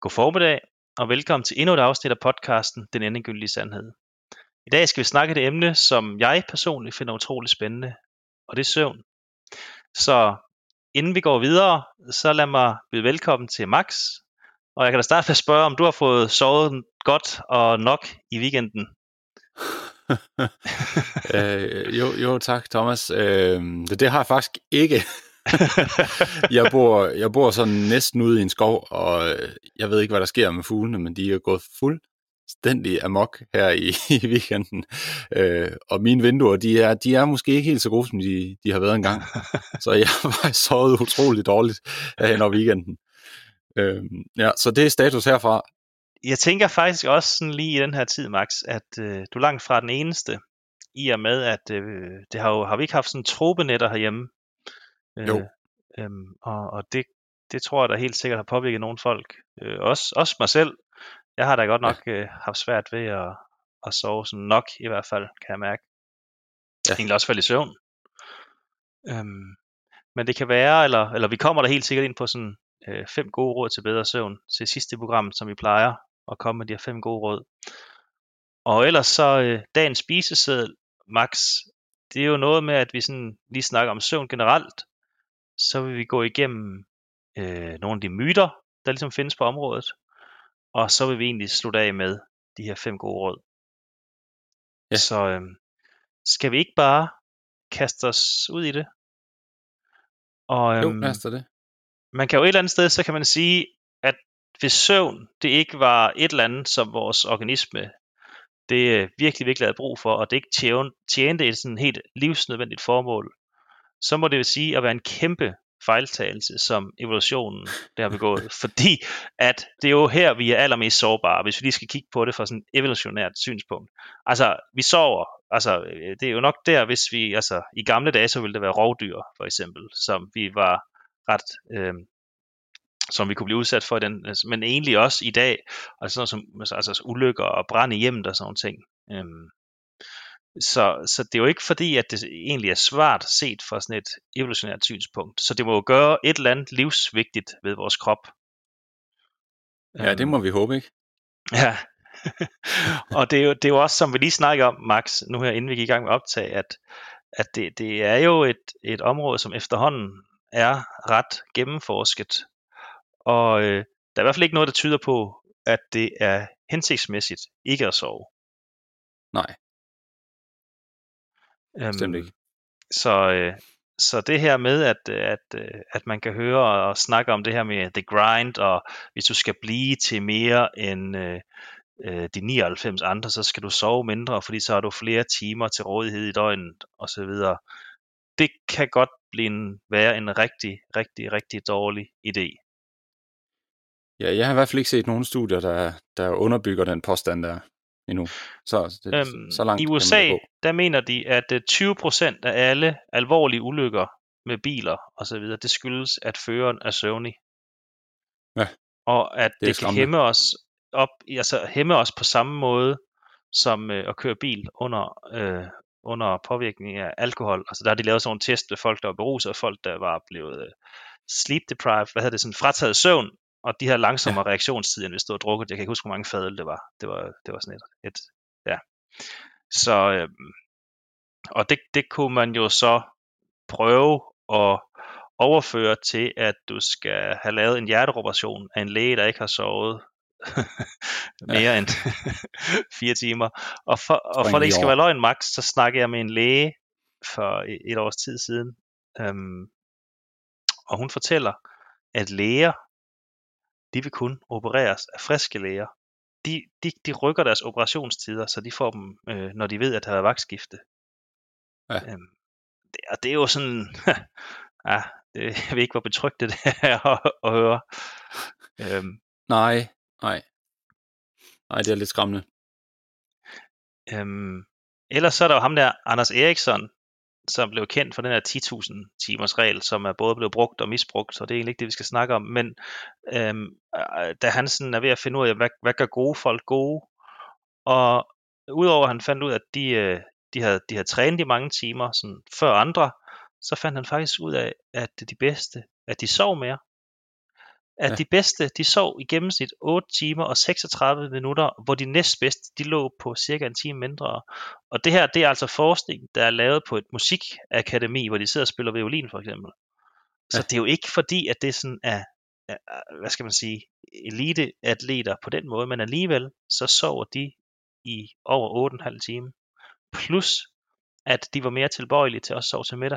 God formiddag, og velkommen til endnu et afsnit af podcasten Den Endegyldige Sandhed. I dag skal vi snakke et emne, som jeg personligt finder utroligt spændende, og det er søvn. Så inden vi går videre, så lad mig byde velkommen til Max. Og jeg kan da starte med at spørge, om du har fået sovet godt og nok i weekenden? Jo, tak Thomas. Det har jeg faktisk ikke. Jeg bor sådan næsten ude i en skov, og jeg ved ikke, hvad der sker med fuglene, men de er gået fuldstændig amok her i weekenden. Og mine vinduer, de er måske ikke helt så gode, som de har været engang. Så jeg har faktisk sovet utroligt dårligt hen over weekenden. Så det er status herfra. Jeg tænker faktisk også sådan lige i den her tid, Max, at du er langt fra den eneste, i og med, at det har vi ikke haft sådan tropenetter herhjemme. Jo. Og det tror jeg da helt sikkert har påvirket nogle folk. Også mig selv. Jeg har da godt nok haft svært ved at sove sådan nok, i hvert fald, kan jeg mærke. Ja. Egentlig også falde i søvn. Men det kan være, eller vi kommer da helt sikkert ind på sådan 5 gode råd til bedre søvn til sidste program, som vi plejer at komme med de her 5 gode råd. Og ellers så dagens spiseseddel, Max, det er jo noget med, at vi sådan lige snakker om søvn generelt. Så vil vi gå igennem nogle af de myter, der ligesom findes på området. Og så vil vi egentlig slutte af med de her 5 gode råd. Ja. Så skal vi ikke bare kaste os ud i det? Og, Jo, lad os da det. Man kan jo et eller andet sted, så kan man sige, at hvis søvn, det ikke var et eller andet, som vores organisme, det virkelig havde brug for, og det ikke tjente et sådan helt livsnødvendigt formål, så må det jo sige at være en kæmpe fejltagelse, som evolutionen der har begået. Fordi at det er jo her, vi er allermest sårbare, hvis vi lige skal kigge på det fra sådan et evolutionært synspunkt. Altså, vi sover. Altså, det er jo nok der, hvis vi, altså, i gamle dage, så ville det være rovdyr, for eksempel, som vi var ret, som vi kunne blive udsat for den, men egentlig også i dag, altså sådan som altså ulykker og brand i hjemmet og sådan nogle ting. Så det er jo ikke fordi, at det egentlig er svært set fra sådan et evolutionært synspunkt. Så det må jo gøre et eller andet livsvigtigt ved vores krop. Ja, det må vi håbe, ikke? Ja. Og det er jo også, som vi lige snakker om, Max, nu her inden vi gik i gang med optag, at det er jo et område, som efterhånden er ret gennemforsket. Og der er i hvert fald ikke noget, der tyder på, at det er hensigtsmæssigt ikke at sove. Nej. Bestemt ikke. Så det her med, at man kan høre og snakke om det her med the grind, og hvis du skal blive til mere end de 99 andre, så skal du sove mindre, fordi så har du flere timer til rådighed i døgnet, osv. Det kan godt være en rigtig, rigtig, rigtig dårlig idé. Ja, jeg har i hvert fald ikke set nogen studier, der underbygger den påstand der endnu. Så langt i USA, der mener de, at 20% af alle alvorlige ulykker med biler og så videre, det skyldes, at føreren er søvnig. Ja, og at det kan hæmme os på samme måde som at køre bil under påvirkning af alkohol. Altså der har de lavet sådan nogle test med folk, der var beruset, og folk, der var blevet sleep deprived, frataget søvn, og de her langsommere reaktionstider, hvis du har drukket. Jeg kan ikke huske, hvor mange fadøl det var. Det var sådan et ja. Så og det kunne man jo så prøve at overføre til, at du skal have lavet en hjerteoperation af en læge, der ikke har sovet mere end 4 timer. Og for det ikke skal være løgn, Max, så snakkede jeg med en læge for et års tid siden. Og hun fortæller, at læger, de vil kun opereres af friske læger. De rykker deres operationstider, så de får dem, når de ved, at der er vagtskifte. Ja. Og det er jo sådan, jeg ved ikke, hvor betryggende det er at høre. Nej, det er lidt skræmmende. Ellers så er der jo ham der, Anders Eriksson, som blev kendt for den her 10.000 timers regel, som er både blevet brugt og misbrugt, så det er egentlig ikke det, vi skal snakke om. Men da han sådan er ved at finde ud af, hvad gør gode folk gode, og udover at han fandt ud af, at de havde trænet i mange timer sådan før andre, så fandt han faktisk ud af, at de bedste, at de sov mere. at Ja. de bedste, de sov i gennemsnit 8 timer og 36 minutter, hvor de næstbedste, de lå på cirka en time mindre. Og det her, det er altså forskning, der er lavet på et musikakademi, hvor de sidder og spiller violin for eksempel. Så Ja. det er jo ikke fordi, at det sådan er, hvad skal man sige, eliteatleter på den måde, men alligevel, så sover de i over 8,5 timer. Plus, at de var mere tilbøjelige til at sove til middag.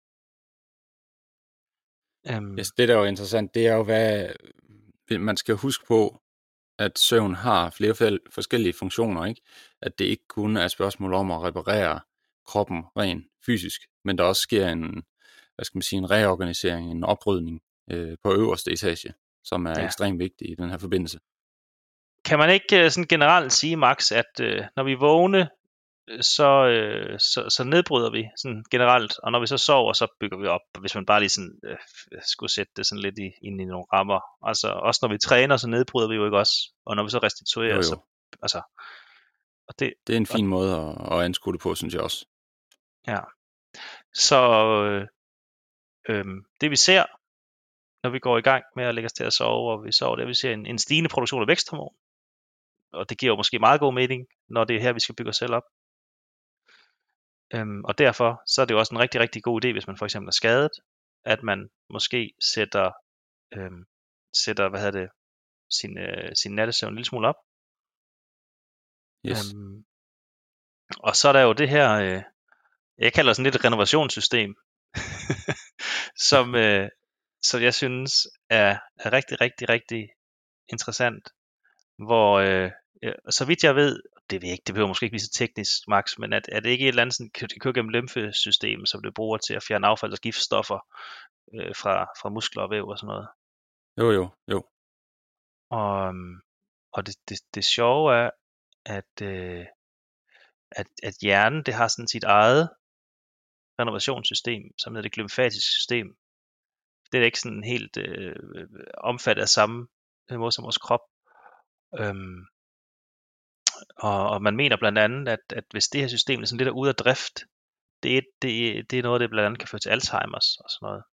Yes, det der er jo interessant, det er jo, hvad man skal huske på, at søvn har flere forskellige funktioner, ikke? At det ikke kun er et spørgsmål om at reparere kroppen rent fysisk, men der også sker en, hvad skal man sige, en reorganisering, en oprydning på øverste etage, som er ekstremt vigtig i den her forbindelse. Kan man ikke sådan generelt sige, Max, at når vi vågne, så nedbryder vi sådan generelt, og når vi så sover, så bygger vi op, hvis man bare lige sådan, skulle sætte det sådan lidt ind i nogle rammer. Altså også når vi træner, så nedbryder vi jo ikke også, og når vi så restituerer, Jo. så altså... Og det er en fin måde at anskue det på, synes jeg også. Ja. Så det vi ser, når vi går i gang med at lægge os til at sove, og vi sover, det vi ser en stigende produktion af væksthormon. Og det giver jo måske meget god mening, når det er her, vi skal bygge os selv op. Og derfor så er det jo også en rigtig, rigtig god idé, hvis man for eksempel er skadet, at man måske sætter sin nattesøvn en lille smule op. Yes. Og så er der jo det her, jeg kalder sådan lidt et renovationssystem, som jeg synes er rigtig, rigtig, rigtig interessant, hvor så vidt jeg ved, det behøver måske ikke blive så teknisk, Max, men at det ikke er et eller andet sådan, det kører gennem lymfesystem, som det bruger til at fjerne affald og giftstoffer fra muskler og væv og sådan noget. Jo. Og det sjove er, at hjernen, det har sådan sit eget renovationssystem, som hedder det glymfatiske system. Det er ikke sådan helt omfattet af samme måde som vores krop. Og man mener blandt andet, at hvis det her system er sådan lidt ude af drift, det er noget, det blandt andet kan føre til Alzheimers og sådan noget.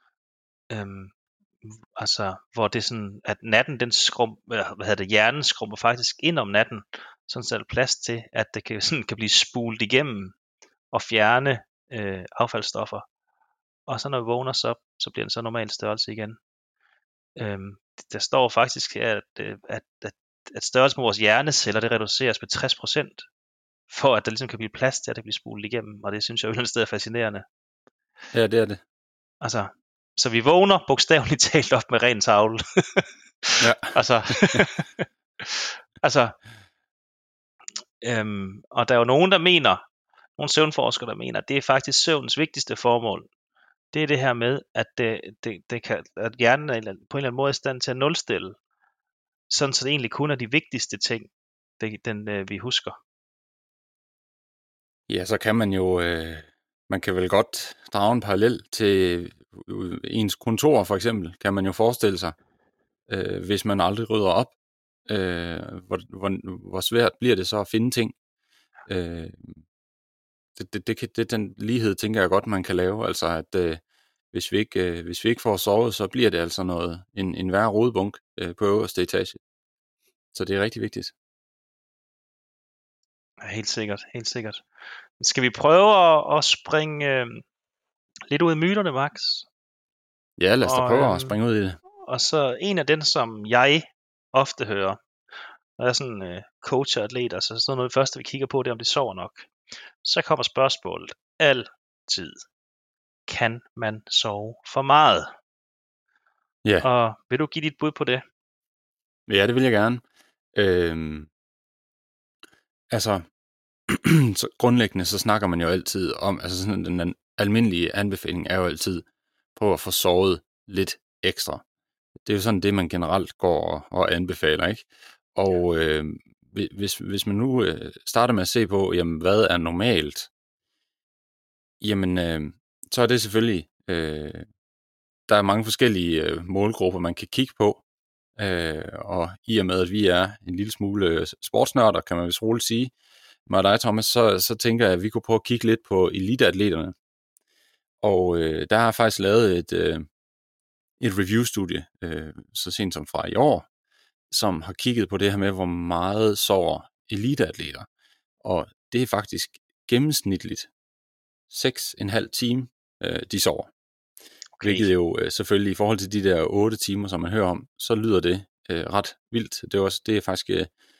Altså, hvor det er sådan, at natten, hjernen skrumper faktisk ind om natten, sådan så der er plads til, at det kan blive spulet igennem og fjerne affaldsstoffer. Og så når vi vågner, så bliver den så normal størrelse igen. Der står faktisk, at størrelsen på vores hjerneceller, det reduceres med 60%, for at der ligesom kan blive plads til, at det bliver spulet igennem. Og det synes jeg jo et eller andet sted er fascinerende. Ja, det er det. Altså, så vi vågner bogstaveligt talt op med ren tavle. Ja. Og der er jo nogen, nogle søvnforskere, der mener, at det er faktisk søvnens vigtigste formål. Det er det her med, at at hjernen er på en eller anden måde er i stand til at nulstille, sådan så det egentlig kun er de vigtigste ting, vi husker. Ja, så kan man jo, man kan vel godt drage en parallel til ens kontor for eksempel, kan man jo forestille sig, hvis man aldrig rydder op, hvor svært bliver det så at finde ting. Den lighed tænker jeg godt, man kan lave, altså at hvis vi ikke får sovet, så bliver det altså en værre rodebunk på øverste etage. Så det er rigtig vigtigt. Ja, helt sikkert. Skal vi prøve at springe lidt ud i myterne, Max? Ja, lad os da prøve at springe ud i det. Og så en af dem, som jeg ofte hører, når jeg er sådan coacher atleter, så sådan noget det første, vi kigger på, det er, om de sover nok. Så kommer spørgsmålet altid. Kan man sove for meget? Ja. Og vil du give dit bud på det? Ja, det vil jeg gerne. Altså, så grundlæggende så snakker man jo altid om, altså sådan den almindelige anbefaling er jo altid, prøv at få sovet lidt ekstra. Det er jo sådan det, man generelt går og anbefaler, ikke? Og hvis man nu starter med at se på, jamen hvad er normalt, jamen så er det selvfølgelig, der er mange forskellige målgrupper, man kan kigge på, og i og med, at vi er en lille smule sportsnørder, kan man vist roligt sige, med dig, Thomas, så tænker jeg, at vi kunne prøve at kigge lidt på eliteatleterne. Og der har jeg faktisk lavet et review-studie, så sent som fra i år, som har kigget på det her med, hvor meget sover eliteatleter. Og det er faktisk gennemsnitligt 6,5 timer, de sover. Okay. Hvilket jo selvfølgelig i forhold til de der 8 timer, som man hører om, så lyder det ret vildt. Det er faktisk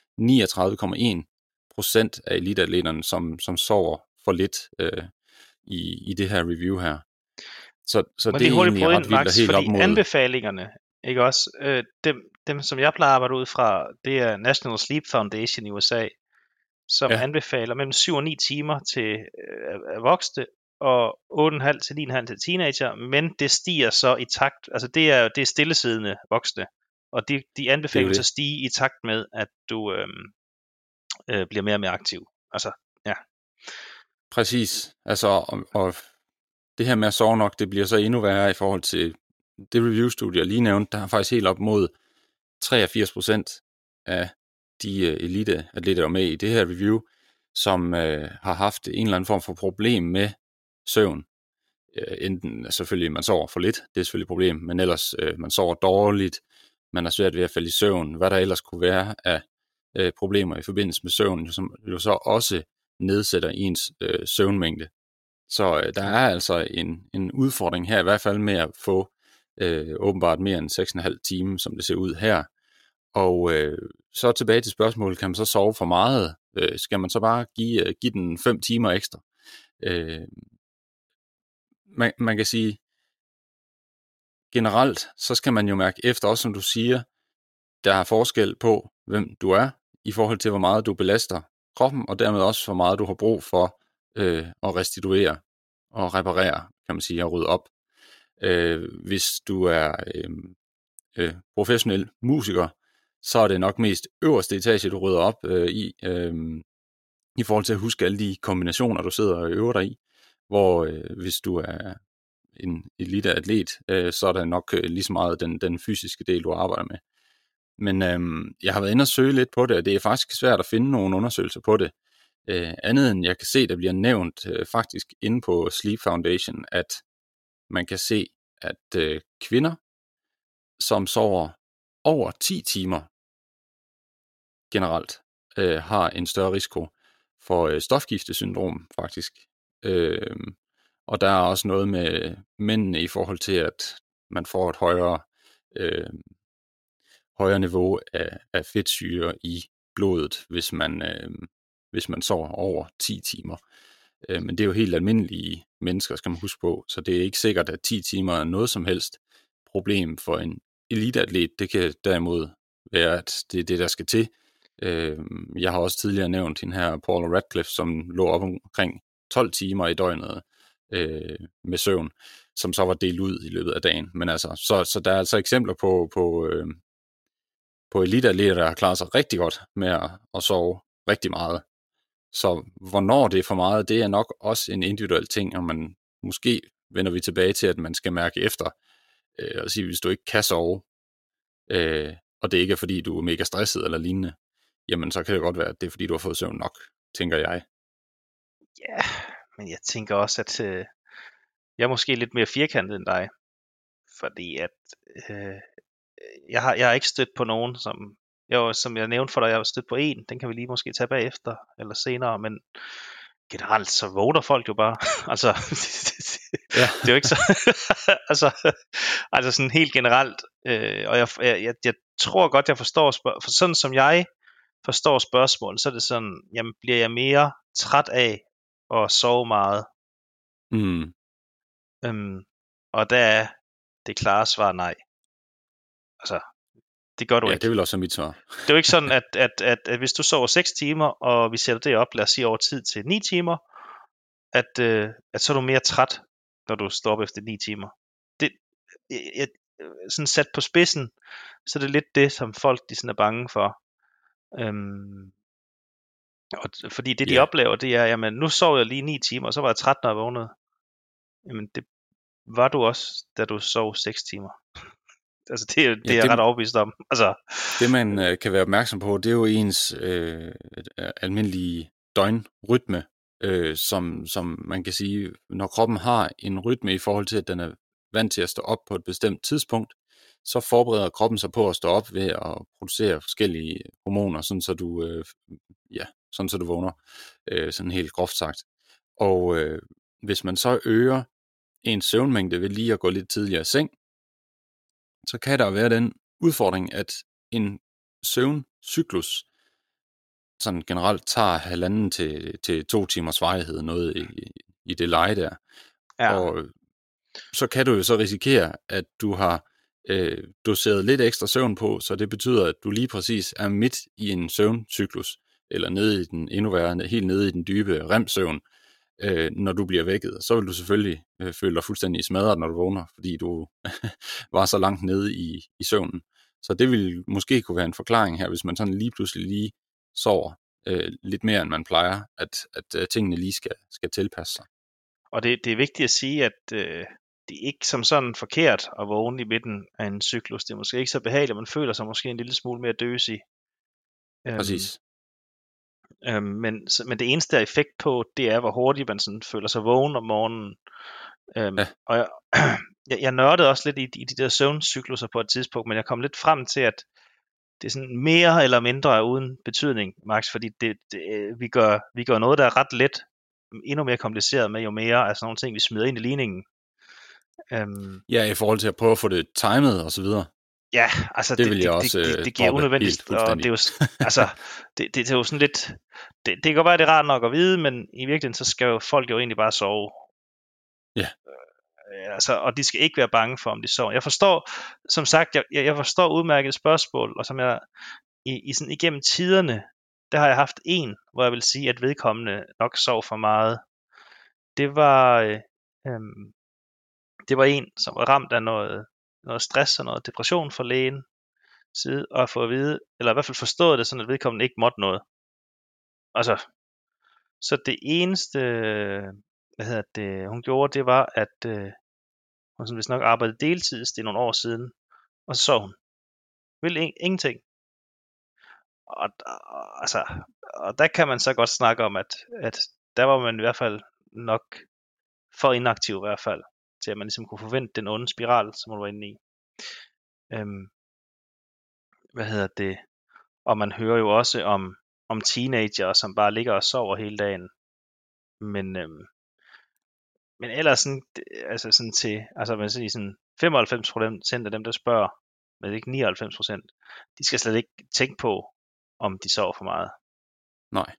39,1% af eliteatleterne, som sover for lidt i det her review her. Så det er egentlig ret vildt og helt op mod... anbefalingerne, ikke også? Dem, som jeg plejer at arbejde ud fra, det er National Sleep Foundation i USA, som anbefaler mellem 7 og 9 timer til voksne, og 8,5 til 9,5 til teenager, men det stiger så i takt, altså det er stillesiddende voksne, og de anbefaler så stige i takt med, at du bliver mere og mere aktiv. Altså, ja. Præcis, altså, og det her med at sove nok, det bliver så endnu værre i forhold til det review-studie, jeg lige nævnte, der har faktisk helt op mod 83% af de eliteatleter, der er med i det her review, som har haft en eller anden form for problem med søvn. Enten selvfølgelig, man sover for lidt, det er selvfølgelig et problem, men ellers man sover dårligt, man har svært ved at falde i søvn, hvad der ellers kunne være af problemer i forbindelse med søvn, som jo så også nedsætter ens søvnmængde. Så der er altså en udfordring her, i hvert fald med at få åbenbart mere end 6,5 timer, som det ser ud her. Og så tilbage til spørgsmålet, kan man så sove for meget? Skal man så bare give den 5 timer ekstra? Man kan sige, generelt, så skal man jo mærke efter, også som du siger, der er forskel på, hvem du er, i forhold til, hvor meget du belaster kroppen, og dermed også, hvor meget du har brug for at restituere og reparere, kan man sige, og rydde op. Hvis du er professionel musiker, så er det nok mest øverste etage, du rydder op i forhold til at huske alle de kombinationer, du sidder og øver dig i. Hvor hvis du er en eliteatlet, så er der nok lige så meget den fysiske del, du arbejder med. Men jeg har været inde og søge lidt på det, og det er faktisk svært at finde nogle undersøgelser på det. Andet end jeg kan se, der bliver nævnt faktisk inde på Sleep Foundation, at man kan se, at kvinder, som sover over 10 timer generelt, har en større risiko for stofskiftesyndrom faktisk. Og der er også noget med mændene i forhold til, at man får et højere niveau af fedtsyre i blodet, hvis man sover over 10 timer. Men det er jo helt almindelige mennesker, skal man huske på, så det er ikke sikkert, at 10 timer er noget som helst problem for en eliteatlet. Det kan derimod være, at det er det, der skal til. Jeg har også tidligere nævnt den her Paula Radcliffe, som lå op omkring 12 timer i døgnet med søvn, som så var delt ud i løbet af dagen. Men altså, så der er altså eksempler på eliteatleter, der har klaret sig rigtig godt med at sove rigtig meget. Så hvornår det er for meget, det er nok også en individuel ting, og man måske vender vi tilbage til, at man skal mærke efter og sige, hvis du ikke kan sove, og det ikke er fordi, du er mega stresset eller lignende, jamen så kan det godt være, at det er fordi, du har fået søvn nok, tænker jeg. Ja, men jeg tænker også, at jeg er måske lidt mere firkantet end dig, fordi at jeg har ikke stødt på nogen, som jeg nævnte for dig, jeg har stødt på en, den kan vi lige måske tage bagefter, eller senere, men generelt så vågner folk jo bare, altså, det er jo ikke så, altså sådan helt generelt, og jeg tror godt, jeg forstår, for sådan som jeg forstår spørgsmålet, så er det sådan, jamen bliver jeg mere træt af at sove meget? Og der er det klare svar nej. Altså, det gør du ikke. Det vil også være mit svar. Det er jo ikke sådan, at hvis du sover 6 timer, og vi sætter det op, lad os sige over tid til 9 timer, at så er du mere træt, når du står op efter 9 timer. Det, sådan sat på spidsen, så er det lidt det, som folk de sådan er bange for. Og fordi det, de oplever, det er, jamen nu sov jeg lige 9 timer, og så var jeg træt, når jeg vågnede. Jamen det var du også, da du sov 6 timer. Altså det er jeg ret overbevist om. Altså. Det man kan være opmærksom på, det er jo ens almindelige døgnrytme, som man kan sige, når kroppen har en rytme i forhold til, at den er vant til at stå op på et bestemt tidspunkt, så forbereder kroppen sig på at stå op ved at producere forskellige hormoner, sådan så du vågner, sådan helt groft sagt. Og hvis man så øger ens søvnmængde ved lige at gå lidt tidligere i seng, så kan der være den udfordring, at en søvncyklus sådan generelt tager 1,5 til 2 timers varighed, noget i det leje der. Ja. Og så kan du jo så risikere, at du har doseret lidt ekstra søvn på, så det betyder, at du lige præcis er midt i en søvncyklus, eller nede i den endnu værre, helt nede i den dybe REM-søvn, når du bliver vækket. Så vil du selvfølgelig føle dig fuldstændig smadret, når du vågner, fordi du var så langt nede i søvnen. Så det vil måske kunne være en forklaring her, hvis man sådan lige pludselig lige sover lidt mere, end man plejer, at tingene lige skal tilpasse sig. Og det er vigtigt at sige, at det er ikke som sådan forkert at vågne i midten af en cyklus. Det er måske ikke så behageligt, man føler sig måske en lille smule mere døsig. Præcis. Men det eneste der er effekt på, det er, hvor hurtigt man sådan føler sig vågen om morgenen. Og jeg nørdede også lidt i de der søvncykluser på et tidspunkt, men jeg kom lidt frem til, at det er sådan mere eller mindre uden betydning, Max, fordi vi gør noget, der er ret let, endnu mere kompliceret med jo mere, altså nogle ting, vi smider ind i ligningen. Ja, i forhold til at prøve at få det timet og så videre. Ja, altså det giver unødvendigt, og det er jo, altså, det er jo sådan lidt, det kan godt være, det er rart nok at vide, men i virkeligheden, så skal jo folk jo egentlig bare sove. Ja. Altså, og de skal ikke være bange for, om de sover. Jeg forstår, som sagt, jeg forstår udmærket spørgsmål, og som jeg i sådan igennem tiderne, der har jeg haft en, hvor jeg vil sige, at vedkommende nok sov for meget. Det var en, som var ramt af noget stress og noget depression fra lægen side, og at få at vide, eller i hvert fald forstået det sådan, at vedkommende ikke måtte noget. Altså, så det eneste, hun gjorde, det var, at hun sådan vist nok arbejdede deltids, det er nogle år siden, og så sov hun. Ville ingenting. Og der kan man så godt snakke om, at der var man i hvert fald nok for inaktiv i hvert fald, til at man ligesom kunne forvente den onde spiral, som hun var inde i. Og man hører jo også om teenager, som bare ligger og sover hele dagen. Men ellers sådan, altså sådan til, altså man siger sådan 95% af dem, der spørger, men ikke 99%, de skal slet ikke tænke på, om de sover for meget. Nej.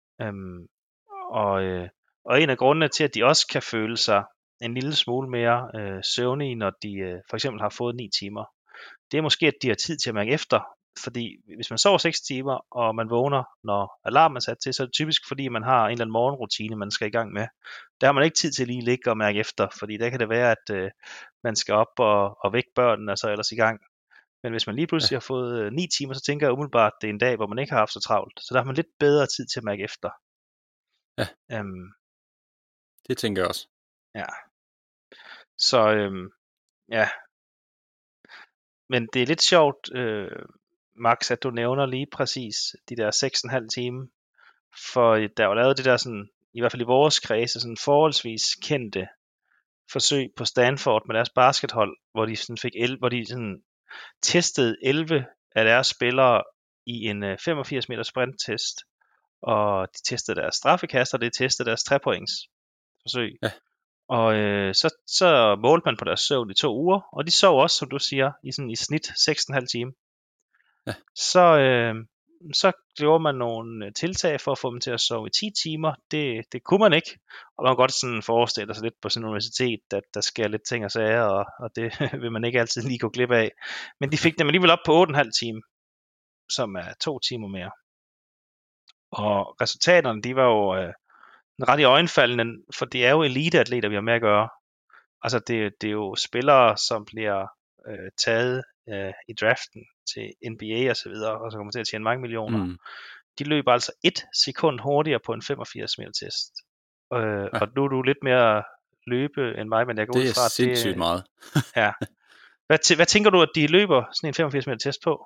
Og en af grundene til, at de også kan føle sig en lille smule mere søvnige, når de for eksempel har fået 9 timer, det er måske, at de har tid til at mærke efter. Fordi hvis man sover 6 timer, og man vågner, når alarmen er sat til, så er det typisk, fordi man har en eller anden morgenrutine, man skal i gang med. Der har man ikke tid til lige ligge og mærke efter, fordi der kan det være, at man skal op og vække børnene, og så ellers i gang. Men hvis man lige pludselig har fået 9 timer, så tænker jeg umiddelbart, at det er en dag, hvor man ikke har haft så travlt. Så der har man lidt bedre tid til at mærke efter. Ja, det tænker jeg også. Ja. Så ja. Men det er lidt sjovt, Max, at du nævner lige præcis de der 6,5 timer. For der var lavet det der sådan, i hvert fald i vores kredse, sådan forholdsvis kendte forsøg på Stanford med deres baskethold, hvor de sådan hvor de sådan testede 11 af deres spillere i en 85 meter sprinttest, og de testede deres straffekast, og de testede deres 3-points forsøg. Ja. Og så målte man på deres søvn i 2 uger, og de sov også, som du siger, i snit 6,5 timer. Ja. Så gjorde man nogle tiltag for at få dem til at sove i 10 timer. Det kunne man ikke. Og man kan godt sådan forestille sig lidt på sådan en universitet, at der sker lidt ting og sager, og det vil man ikke altid lige gå glip af. Men de fik dem alligevel op på 8,5 timer, som er 2 timer mere. Og resultaterne, de var jo ret i øjenfaldende, for det er jo eliteatleter, vi har med at gøre. Altså det er jo spillere, som bliver taget i draften til NBA og så videre, og så kommer til at tjene mange millioner. De løber altså 1 sekund hurtigere på en 85 meter test. Og nu er du lidt mere løbe end mig, men jeg går ud fra, det er sindssygt meget. Ja. Hvad tænker du, at de løber sådan en 85 meter test på?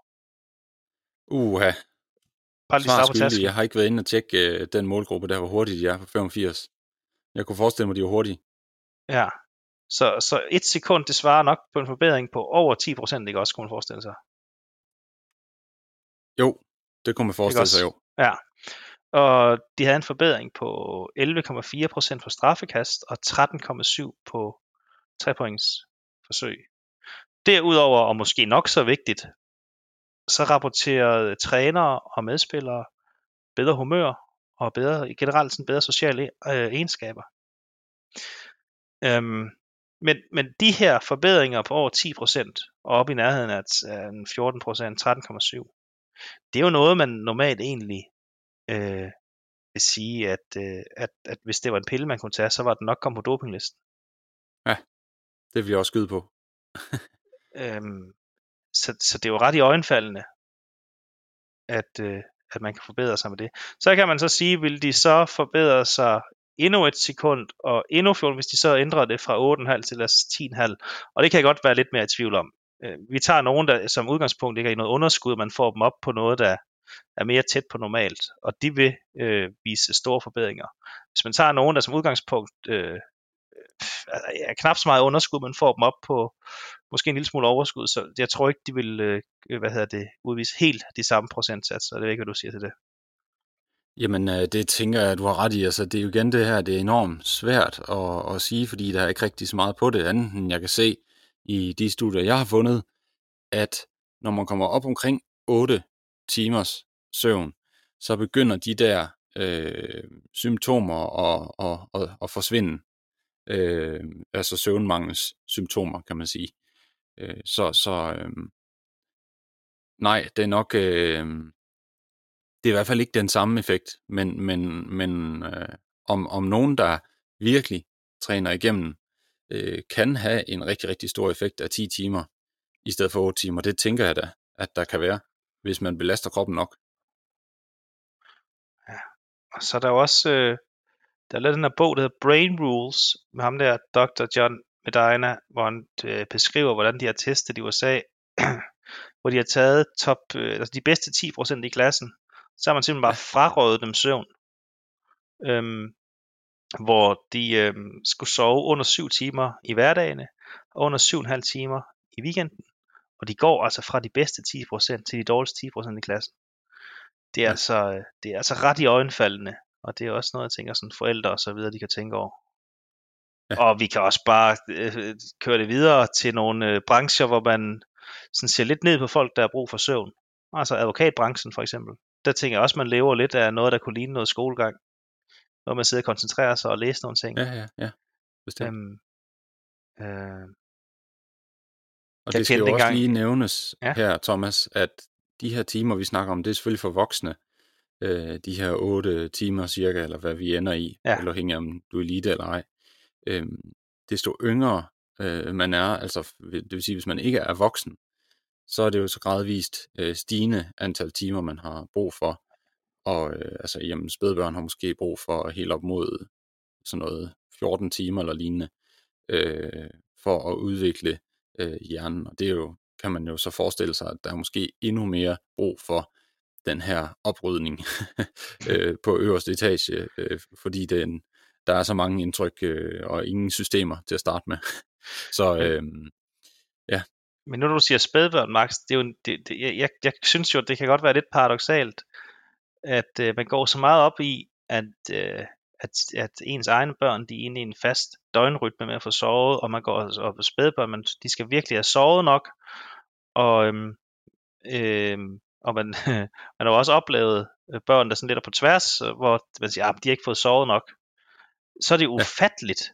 Bare lige svar på tasken. Jeg har ikke været inde og tjekke den målgruppe der, hvor hurtigt de er på 85. Jeg kunne forestille mig, de er hurtige. Ja. Så 1 sekund, det svarer nok på en forbedring på over 10%, ikke også, kunne man forestille sig? Jo, det kunne man forestille sig, jo. Ja. Og de havde en forbedring på 11,4% for straffekast og 13,7% på 3-points forsøg. Derudover, og måske nok så vigtigt, så rapporterede trænere og medspillere bedre humør og generelt sådan bedre sociale egenskaber. Men de her forbedringer på over 10% og op i nærheden af 14%, 13,7%, det er jo noget, man normalt egentlig vil sige, at hvis det var en pille, man kunne tage, så var den nok kommet på dopinglisten. Ja, det vil jeg også skyde på. Så det er jo ret i øjenfaldende, at man kan forbedre sig med det. Så kan man så sige, vil de så forbedre sig endnu 1 sekund, og endnu 14, hvis de så ændrer det fra 8,5 til 10,5. Og det kan jeg godt være lidt mere i tvivl om. Vi tager nogen, der som udgangspunkt ligger i noget underskud, og man får dem op på noget, der er mere tæt på normalt, og de vil vise store forbedringer. Hvis man tager nogen, der som udgangspunkt er knap så meget underskud, man får dem op på måske en lille smule overskud, så jeg tror ikke, de vil udvise helt de samme procentsatser. Det er ikke, hvad du siger til det. Jamen, det tænker jeg, at du har ret i. Altså, det er jo igen det her, det er enormt svært at sige, fordi der er ikke rigtig så meget på det andet, end jeg kan se i de studier, jeg har fundet, at når man kommer op omkring 8 timers søvn, så begynder de der symptomer at forsvinde. Altså søvnmangels symptomer, kan man sige. Nej, det er nok... det er i hvert fald ikke den samme effekt, men om nogen, der virkelig træner igennem, kan have en rigtig, rigtig stor effekt af 10 timer i stedet for 8 timer. Det tænker jeg da, at der kan være, hvis man belaster kroppen nok. Ja, og så er der også, der er lavet den her bog, der hedder Brain Rules, med ham der, Dr. John Medina, hvor han beskriver, hvordan de har testet i USA, hvor de har taget altså de bedste 10% i klassen, så har man simpelthen bare frarøvet dem søvn, hvor de skulle sove under 7 timer i hverdagene, og under 7,5 timer i weekenden, og de går altså fra de bedste 10% til de dårligste 10% i klassen. Det er altså ret i øjenfaldende, og det er også noget, jeg tænker, sådan forældre og så videre, de kan tænke over. Ja. Og vi kan også bare køre det videre til nogle brancher, hvor man sådan ser lidt ned på folk, der har brug for søvn. Altså advokatbranchen for eksempel. Der tænker jeg også, man lever lidt af noget, der kunne ligne noget skolegang. Når man sidder og koncentrerer sig og læser nogle ting. Ja. Bestemt. Og det skal jo også lige nævnes her, Thomas, at de her timer, vi snakker om, det er selvfølgelig for voksne. De her 8 timer cirka, eller hvad vi ender i, eller afhængig om du er elite eller ej. Desto yngre man er, altså det vil sige, hvis man ikke er voksen, så er det jo så gradvist stigende antal timer, man har brug for. Og altså, jamen, spædbørn har måske brug for helt op mod sådan noget 14 timer eller lignende, for at udvikle hjernen. Og det er jo, kan man jo så forestille sig, at der er måske endnu mere brug for den her oprydning på øverste etage, fordi der er så mange indtryk og ingen systemer til at starte med. Så ja. Men nu du siger spædbørn, Max, det er jo, jeg synes jo, det kan godt være lidt paradoksalt, at man går så meget op i, at ens egne børn, de er inde i en fast døgnrytme med at få sovet, og man går op på spædbørn, men de skal virkelig have sovet nok, og man har også oplevet børn, der sådan lidt er på tværs, hvor man siger, de har ikke fået sovet nok. Så er det ufatteligt,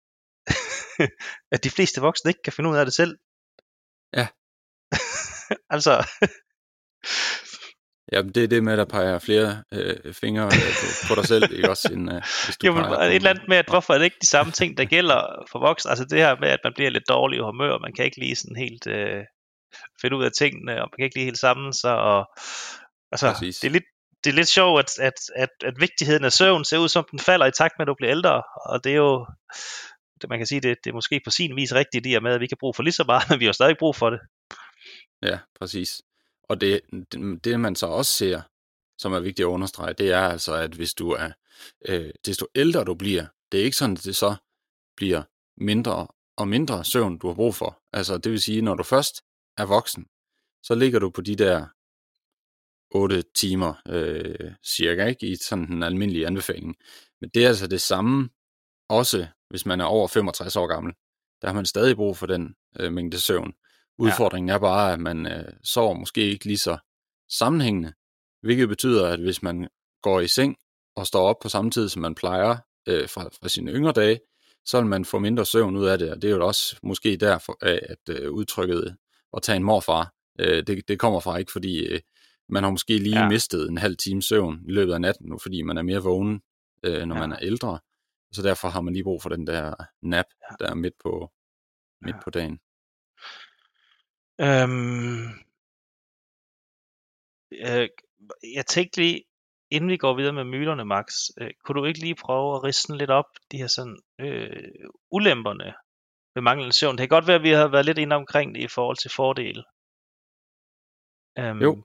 at de fleste voksne ikke kan finde ud af det selv. Ja. Altså. Ja, det er det med, at der peger flere fingre på dig selv, ikke også? Hvis du et eller andet med, at hvorfor er det ikke de samme ting, der gælder for voksne? Altså det her med, at man bliver lidt dårlig i humør, man kan ikke lige sådan helt finde ud af tingene, og man kan ikke lige helt sammen sig, og altså, det er lidt sjovt, at vigtigheden af søvn ser ud som den falder i takt med, at du bliver ældre, og det er jo, man kan sige, det er måske på sin vis rigtigt i og med, at vi kan bruge for lige så meget, men vi har stadig brug for det. Ja, præcis. Og det man så også ser, som er vigtigt at understrege, det er altså, at hvis du er, desto ældre du bliver, det er ikke sådan, at det så bliver mindre og mindre søvn, du har brug for. Altså det vil sige, når du først er voksen, så ligger du på de der 8 timer cirka, ikke? I sådan en almindelig anbefaling. Men det er altså det samme, også hvis man er over 65 år gammel. Der har man stadig brug for den mængde søvn. Udfordringen er bare, at man sover måske ikke lige så sammenhængende, hvilket betyder, at hvis man går i seng og står op på samme tid, som man plejer fra sine yngre dage, så vil man få mindre søvn ud af det, og det er jo også måske derfor, at udtrykket at tage en morfar, det kommer fra, ikke fordi man har måske lige mistet en halv time søvn i løbet af natten nu, fordi man er mere vågen, når man er ældre, så derfor har man lige brug for den der nap, der er midt på dagen. Jeg tænkte lige, inden vi går videre med myterne, Max, kunne du ikke lige prøve at ridse lidt op, de her sådan ulemperne ved manglende søvn? Det kan godt være, at vi har været lidt inde omkring det i forhold til fordele. Jo.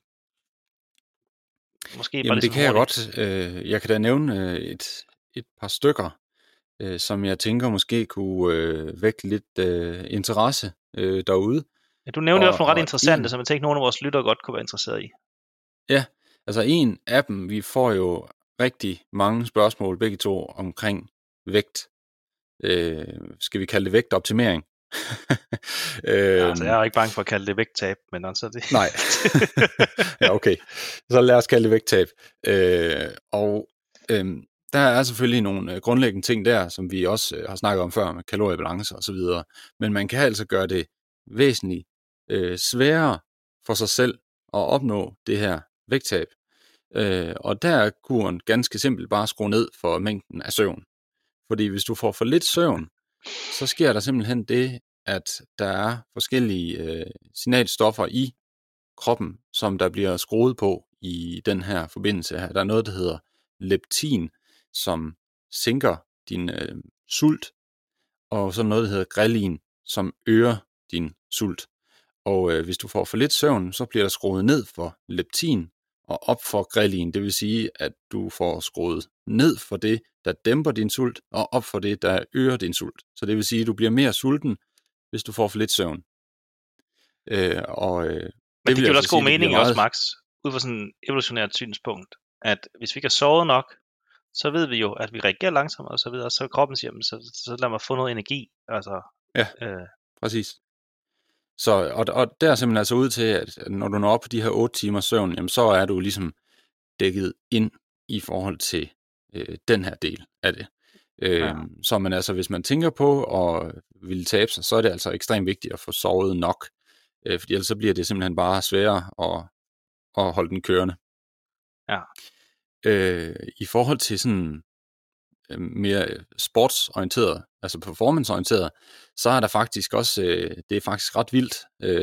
Måske Jamen bare det kan jeg godt. Jeg kan da nævne et par stykker, som jeg tænker måske kunne vække lidt interesse derude. Ja, du nævnte i hvert fald nogle ret interessante, som jeg tænkte, nogle af vores lyttere godt kunne være interesseret i. Ja, altså en af dem, vi får jo rigtig mange spørgsmål, begge to, omkring vægt. Skal vi kalde det vægtoptimering? Altså, jeg er ikke bange for at kalde det vægttab, men altså det... Nej. Ja, okay. Så lad os kalde det vægttab. Der er selvfølgelig nogle grundlæggende ting der, som vi også har snakket om før, med kaloriebalance og så videre. Men man kan altså gøre det væsentligt sværere for sig selv at opnå det her vægttab. Og der er kuren ganske simpelt bare at skrue ned for mængden af søvn. Fordi hvis du får for lidt søvn, så sker der simpelthen det, at der er forskellige signalstoffer i kroppen, som der bliver skruet på i den her forbindelse her. Der er noget, der hedder leptin, som sænker din sult, og så noget, der hedder grelin, som øger din sult. Og hvis du får for lidt søvn, så bliver der skruet ned for leptin og op for grelin. Det vil sige, at du får skruet ned for det, der dæmper din sult, og op for det, der øger din sult. Så det vil sige, at du bliver mere sulten, hvis du får for lidt søvn. Men det giver også god mening også, Max, ud fra sådan et evolutionært synspunkt, at hvis vi ikke har sovet nok, så ved vi jo, at vi reagerer langsommere og så videre, så kroppen siger, så lad mig få noget energi. Altså, ja, præcis. Så, og der er simpelthen altså ud til, at når du når op på de her 8 timers søvn, jamen, så er du ligesom dækket ind i forhold til den her del af det. Så man altså, hvis man tænker på at ville tabe sig, så er det altså ekstremt vigtigt at få sovet nok. Fordi ellers så bliver det simpelthen bare sværere at holde den kørende. Ja. I forhold til sådan mere sportsorienteret, altså performanceorienteret, så er der faktisk også, det er faktisk ret vildt,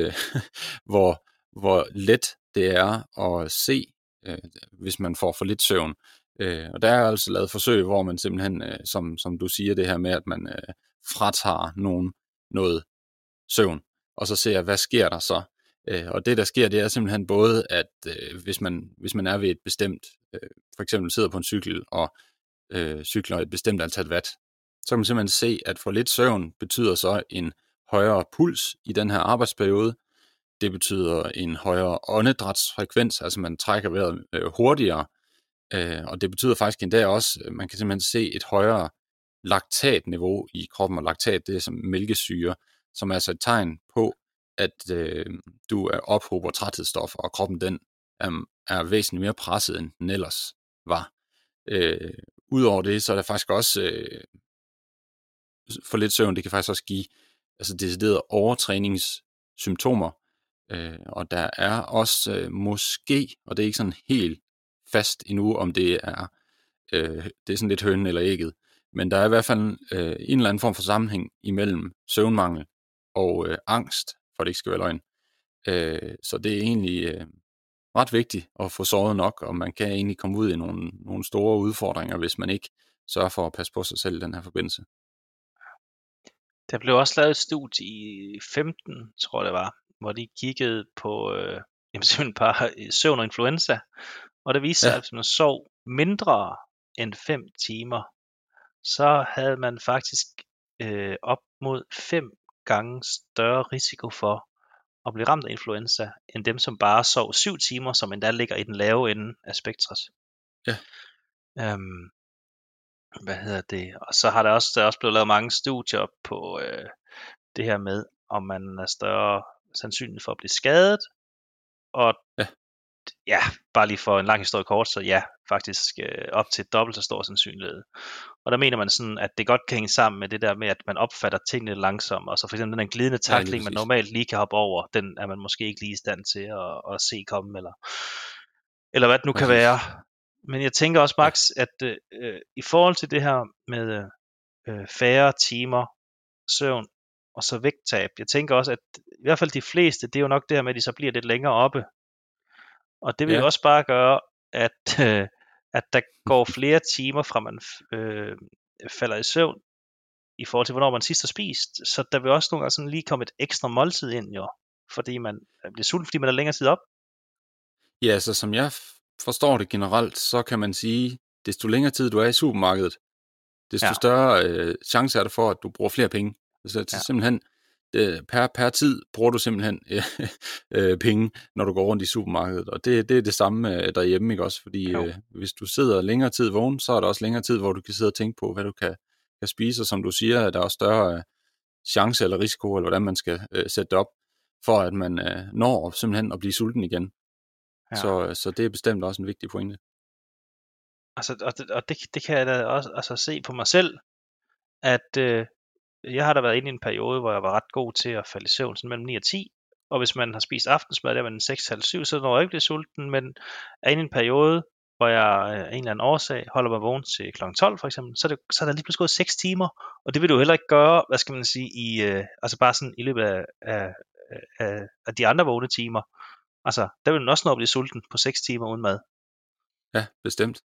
hvor let det er at se, hvis man får for lidt søvn. Og der er altså lavet forsøg, hvor man simpelthen, som du siger, det her med, at man fratager nogen noget søvn, og så ser, hvad sker der så? Og det, der sker, det er simpelthen både, at hvis man er ved et bestemt, for eksempel sidder på en cykel og cykler et bestemt antal watt, så kan man simpelthen se, at for lidt søvn betyder så en højere puls i den her arbejdsperiode. Det betyder en højere åndedrætsfrekvens, altså man trækker vejret hurtigere, og det betyder faktisk endda også, at man kan simpelthen se et højere laktatniveau i kroppen, og laktat, det er som mælkesyre, som er altså et tegn på, at du ophober træthedsstoffer, og kroppen den er væsentligt mere presset, end den ellers var. Udover det, så er der faktisk også for lidt søvn, det kan faktisk også give altså deciderede overtræningssymptomer, og der er også måske, og det er ikke sådan helt fast endnu, om det er sådan lidt hønen eller ægget, men der er i hvert fald en eller anden form for sammenhæng imellem søvnmangel og angst, for det ikke skal være løgn. Så det er egentlig ret vigtigt at få sovet nok, og man kan egentlig komme ud i nogle store udfordringer, hvis man ikke sørger for at passe på sig selv i den her forbindelse. Der blev også lavet et studie i 15, tror jeg det var, hvor de kiggede på simpelthen bare søvn og influenza, og det viste sig, at hvis man sov mindre end 5 timer, så havde man faktisk op mod 5 gange større risiko for at blive ramt af influenza, end dem, som bare sov 7 timer, som endda ligger i den lave ende af spektret. Ja. Og så har der også blevet lavet mange studier på det her med, om man er større sandsynlig for at blive skadet. Og ja, bare lige for en lang historie kort, så ja, faktisk op til dobbelt så stor sandsynlighed. Og der mener man sådan, at det godt kan hænge sammen med det der med, at man opfatter tingene langsomt. Og så for eksempel den glidende tackling, man normalt lige kan hoppe over, den er man måske ikke lige i stand til at se komme, eller hvad det nu kan være. Men jeg tænker også, Max, at i forhold til det her med færre timer søvn og så vægttab, jeg tænker også, at i hvert fald de fleste, det er jo nok det her med, at de så bliver lidt længere oppe. Og det vil jo også bare gøre, at der går flere timer fra man falder i søvn, i forhold til hvornår man sidst har spist. Så der vil også nogle gange sådan lige komme et ekstra måltid ind jo, fordi man bliver sulten, fordi man er længere tid op. Ja, så som jeg forstår det generelt, så kan man sige, desto længere tid du er i supermarkedet, desto større chance er der for, at du bruger flere penge. Så simpelthen, per tid bruger du simpelthen penge, når du går rundt i supermarkedet. Og det er det samme derhjemme, ikke også? Fordi hvis du sidder længere tid vågen, så er der også længere tid, hvor du kan sidde og tænke på, hvad du kan spise. Og som du siger, er der også større chance eller risiko, eller hvordan man skal sætte det op, for at man når simpelthen at blive sulten igen. Ja. Så det er bestemt også en vigtig pointe. Altså, og det kan jeg da også se på mig selv, at jeg har da været inde i en periode, hvor jeg var ret god til at falde i søvn sådan mellem 9 og 10, og hvis man har spist aftensmad, der var den 6:30, så når jeg ikke bliver sulten, men er inde i en periode, hvor jeg af en eller anden årsag holder mig vågen til kl. 12 for eksempel, så er der lige pludselig gået 6 timer, og det vil du heller ikke gøre, hvad skal man sige, altså bare sådan i løbet af de andre vågne timer. Altså, der vil man også nå at blive sulten på 6 timer uden mad. Ja, bestemt.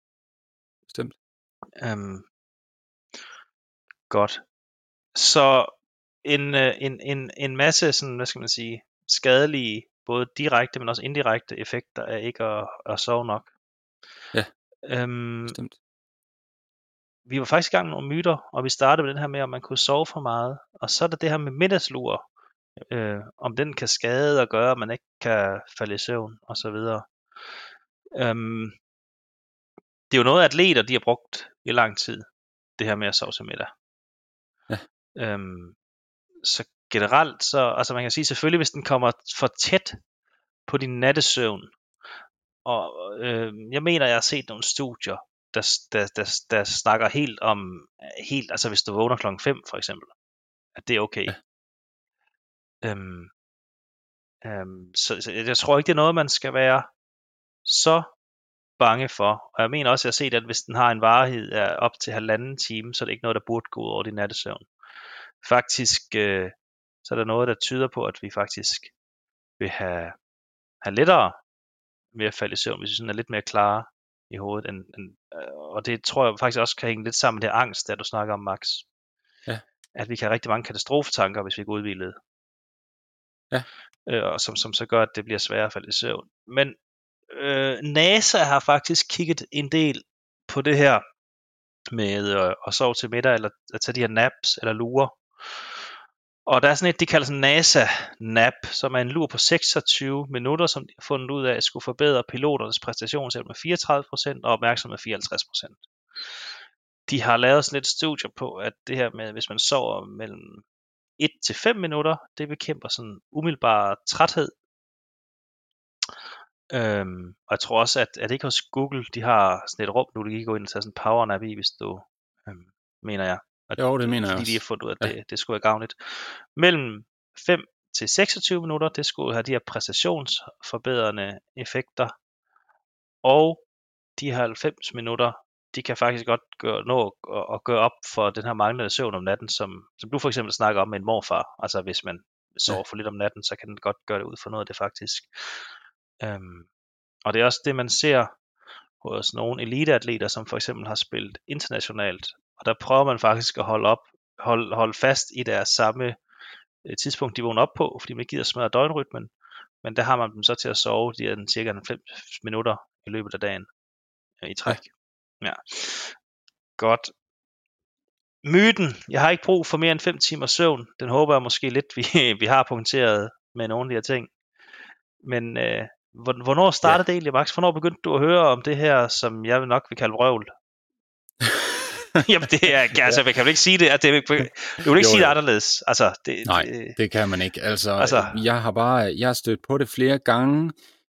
Godt. Så en masse sådan, hvad skal man sige, skadelige, både direkte, men også indirekte effekter af ikke at sove nok. Ja, bestemt. Vi var faktisk i gang med nogle myter, og vi startede med den her med, om man kunne sove for meget. Og så er der det her med middagslur, om den kan skade og gøre, at man ikke kan falde i søvn, og så videre. Det er jo noget, atleter de har brugt i lang tid, det her med at sove til middag. Ja. Så generelt, så, altså man kan sige selvfølgelig, hvis den kommer for tæt på din nattesøvn, og jeg mener, jeg har set nogle studier, der snakker helt, altså hvis du vågner klokken 5 for eksempel, at det er okay. Ja. Så jeg tror ikke, det er noget, man skal være så bange for. Og jeg mener også, at jeg har set, at hvis den har en varighed af op til 1,5 time, så er det ikke noget, der burde gå ud over din nattesøvn. Faktisk, så er der noget, der tyder på, at vi faktisk vil have lettere ved at falde i søvn, hvis vi sådan er lidt mere klare i hovedet. Og det tror jeg faktisk også kan hænge lidt sammen med det angst, der du snakker om, Max. Ja. At vi kan have rigtig mange katastrofetanker, hvis vi er udhvilede. Ja. Og som så gør, at det bliver sværere at falde i søvn. Men NASA har faktisk kigget en del på det her med at sove til middag, eller at tage de her naps, eller lurer. Og der er sådan et, de kalder sådan NASA-nap, som er en lur på 26 minutter, som de har fundet ud af, at skulle forbedre piloternes præstationsevne med 34% og opmærksomhed med 54%. De har lavet sådan et studie på, at det her med, hvis man sover mellem 1 til 5 minutter, det bekæmper sådan umiddelbar træthed. Og jeg tror også, at ikke hos Google, de har sådan et rum, nu du kan gå ind og tage sådan en powernap i, hvis du, mener jeg. Jo, det mener jeg også. De har fundet ud af, at det skulle være gavnligt. Mellem 5 til 26 minutter, det skulle have de her præstationsforbedrende effekter. Og de her 90 minutter, de kan faktisk godt nå at gøre op for den her manglende søvn om natten, som du for eksempel snakker om med en morfar. Altså hvis man sover for lidt om natten, så kan den godt gøre det ud for noget af det faktisk. Og det er også det, man ser hos nogle eliteatleter, som for eksempel har spillet internationalt. Og der prøver man faktisk at holde fast i deres samme tidspunkt, de vågner op på, fordi man ikke gider smadre døgnrytmen. Men der har man dem så til at sove de er cirka 5 minutter i løbet af dagen i træk. Ja. Godt. myten, jeg har ikke brug for mere end 5 timer søvn, den håber jeg måske lidt, vi har punkteret med nogle af de her ting. Men hvornår startede det egentlig, Max? Hvornår begyndte du at høre om det her, som jeg nok vil kalde vrøvl? Jamen det er, altså jeg kan vel ikke sige det, at det vil ikke sige det anderledes. Altså, Nej, det kan man ikke. Altså, jeg har stødt på det flere gange,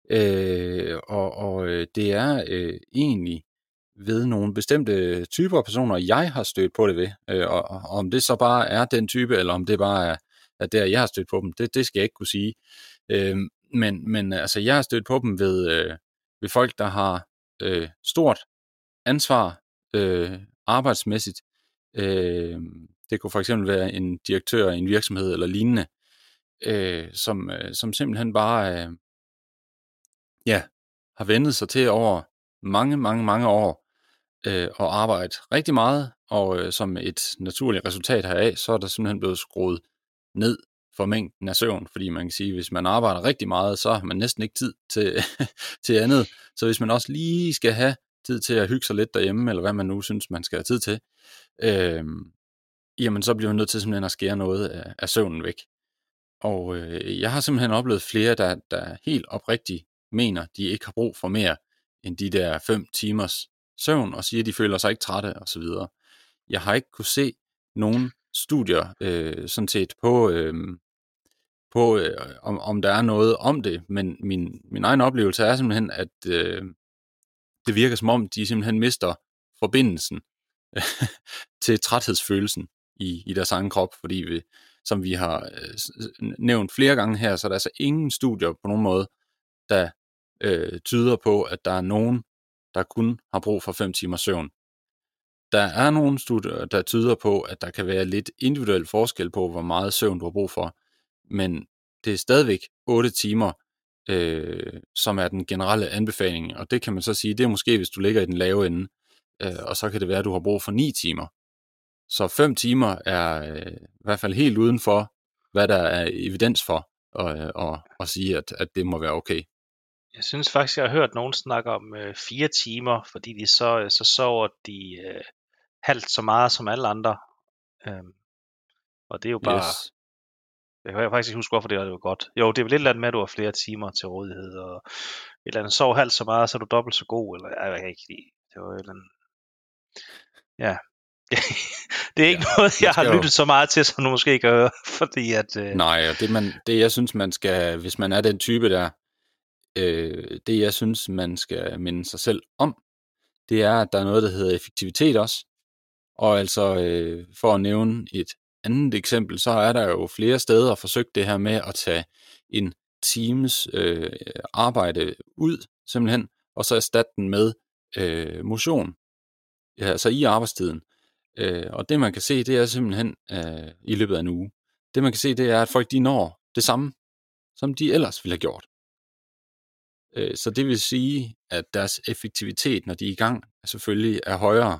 og det er egentlig ved nogle bestemte typer af personer, jeg har stødt på det ved. Og om det så bare er den type, eller om det bare er der, jeg har stødt på dem, det skal jeg ikke kunne sige. Men altså, jeg har stødt på dem ved folk, der har stort ansvar arbejdsmæssigt. Det kunne for eksempel være en direktør i en virksomhed eller lignende, som simpelthen bare har vendet sig til over mange år at arbejde rigtig meget, og som et naturligt resultat heraf, så er der simpelthen blevet skruet ned for mængden af søvn, fordi man kan sige, at hvis man arbejder rigtig meget, så har man næsten ikke tid til andet. Så hvis man også lige skal have tid til at hygge sig lidt derhjemme, eller hvad man nu synes, man skal have tid til, jamen så bliver man nødt til simpelthen at skære noget af søvnen væk. Og jeg har simpelthen oplevet flere, der helt oprigtigt mener, de ikke har brug for mere end de der 5 timers søvn, og siger, at de føler sig ikke trætte osv. Jeg har ikke kunne se nogen studier sådan set på om der er noget om det, men min egen oplevelse er simpelthen, at det virker som om, de simpelthen mister forbindelsen til træthedsfølelsen i deres egen krop, fordi som vi har nævnt flere gange her, så er der altså ingen studier på nogen måde, der tyder på, at der er nogen, der kun har brug for 5 timer søvn. Der er nogle studier, der tyder på, at der kan være lidt individuel forskel på, hvor meget søvn du har brug for, men det er stadigvæk 8 timer, som er den generelle anbefaling, og det kan man så sige, det er måske, hvis du ligger i den lave ende, og så kan det være, at du har brug for 9 timer. Så 5 timer er i hvert fald helt uden for, hvad der er evidens for, at sige, at det må være okay. Jeg synes faktisk, jeg har hørt nogen snakke om 4 timer, fordi de så sover de halvt så meget som alle andre. Og det er jo bare... Yes. Jeg kan faktisk ikke huske, hvorfor det var godt. Jo, det er vel et eller andet med, at du har flere timer til rådighed, og et eller andet sov halvt så meget, så er du dobbelt så god, eller jeg kan ikke lide. Det var et eller andet... Ja. Det er ikke noget, jeg har lyttet så meget til, som du måske kan høre, fordi at... Nej, og det jeg synes, man skal, hvis man er den type der, det jeg synes, man skal minde sig selv om, det er, at der er noget, der hedder effektivitet også. Og altså, for at nævne et andet eksempel, så er der jo flere steder forsøgt det her med at tage en times arbejde ud, simpelthen, og så erstatte den med motion, ja, altså i arbejdstiden. Og det man kan se, det er simpelthen i løbet af en uge. Det man kan se, det er, at folk de når det samme, som de ellers ville have gjort. Så det vil sige, at deres effektivitet, når de er i gang, selvfølgelig er højere.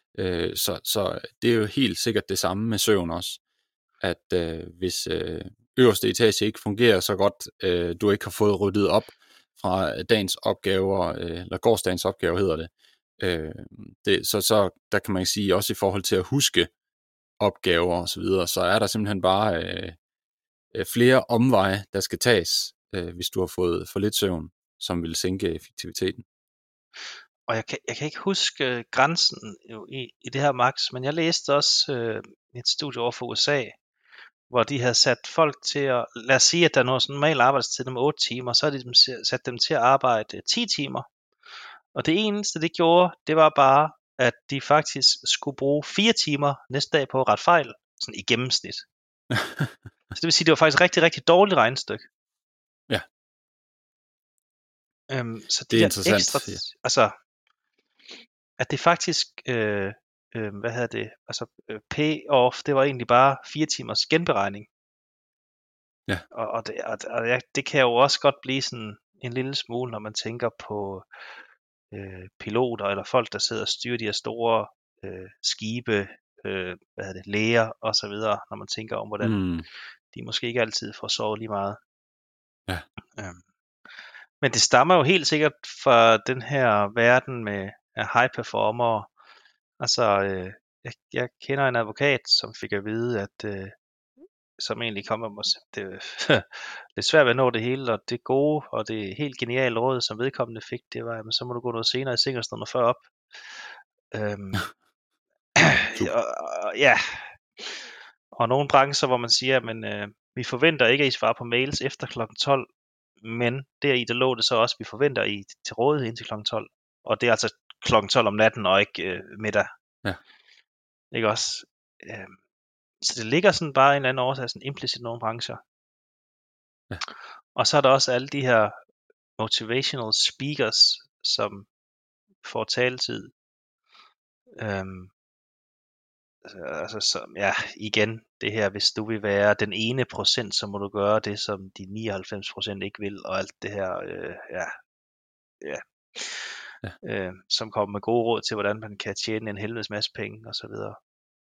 Så det er jo helt sikkert det samme med søvn også. At hvis øverste etage ikke fungerer så godt, du ikke har fået ryddet op fra dagens opgaver, eller gårsdagens opgaver hedder det, så der kan man sige, også i forhold til at huske opgaver og så videre, så er der simpelthen bare flere omveje, der skal tages, hvis du har fået for lidt søvn, som vil sænke effektiviteten. Og jeg kan ikke huske grænsen i det her, Max, men jeg læste også et studie over for USA, hvor de havde sat folk til at, lad os sige, at der er noget normal arbejdstid om 8 timer, så har de sat dem til at arbejde 10 timer. Og det eneste, det gjorde, det var bare, at de faktisk skulle bruge 4 timer næste dag på at rette fejl, sådan i gennemsnit. Så det vil sige, det var faktisk rigtig, rigtig dårligt regnestykke. Ja. Så det er interessant. Ekstra, altså, at det faktisk, pay-off, det var egentlig bare 4 timers genberegning. Ja. Og det kan jo også godt blive sådan en lille smule, når man tænker på piloter eller folk, der sidder og styrer de her store skibe, læger og så videre, når man tænker om, hvordan de måske ikke altid får sovet lige meget. Ja. Men det stammer jo helt sikkert fra den her verden med high performer. Altså, jeg kender en advokat, som fik at vide, at som egentlig kom med det er svært ved at nå det hele, og det gode, og det helt geniale råd, som vedkommende fik, det var, jamen, så må du gå noget senere i seng og stå noget før op. Ja, og nogle brancher, hvor man siger, men vi forventer ikke, at I svarer på mails efter kl. 12, men deri der lå det så også, vi forventer I til rådighed indtil kl. 12, og det er altså kl. 12 om natten, og ikke middag. Ja. Ikke også? Så det ligger sådan bare en eller anden årsag, sådan implicit i nogle brancher. Ja. Og så er der også alle de her motivational speakers, som får taletid. Altså, så, igen, det her, hvis du vil være den ene procent, så må du gøre det, som de 99% ikke vil, og alt det her, som kommer med gode råd til, hvordan man kan tjene en helvedes masse penge, og så videre.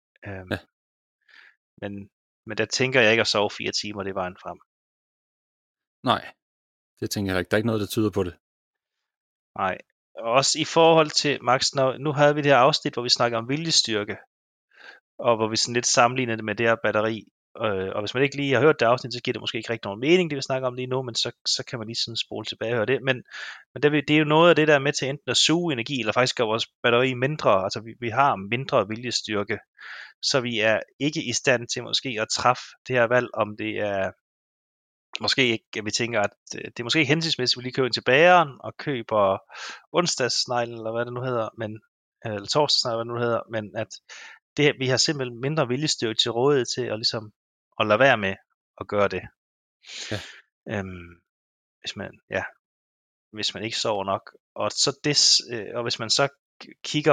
Men der tænker jeg ikke at sove 4 timer, det er vejen frem. Nej, det tænker jeg ikke. Der er ikke noget, der tyder på det. Nej, også i forhold til, Max, nu havde vi det her afsnit, hvor vi snakker om viljestyrke, og hvor vi sådan lidt sammenligner det med det her batteri, og hvis man ikke lige har hørt det afsnit, så giver det måske ikke rigtig nogen mening, det vi snakker om lige nu, men så kan man lige sådan spole tilbage og høre det, men det er jo noget af det, der er med til enten at suge energi, eller faktisk gøre vores batteri mindre, altså vi har mindre viljestyrke, så vi er ikke i stand til måske at træffe det her valg, om det er måske ikke, at vi tænker, at det er måske ikke hensigtsmæssigt, at vi lige køber ind til bageren og køber onsdagssnegl, eller hvad det nu hedder, eller torsdagssnegl, eller hvad det nu hedder, men at vi har simpelthen mindre viljestyrke til rådighed til at ligesom at lade være med at gøre det. Ja. Hvis man ikke sover nok. Og hvis man så kigger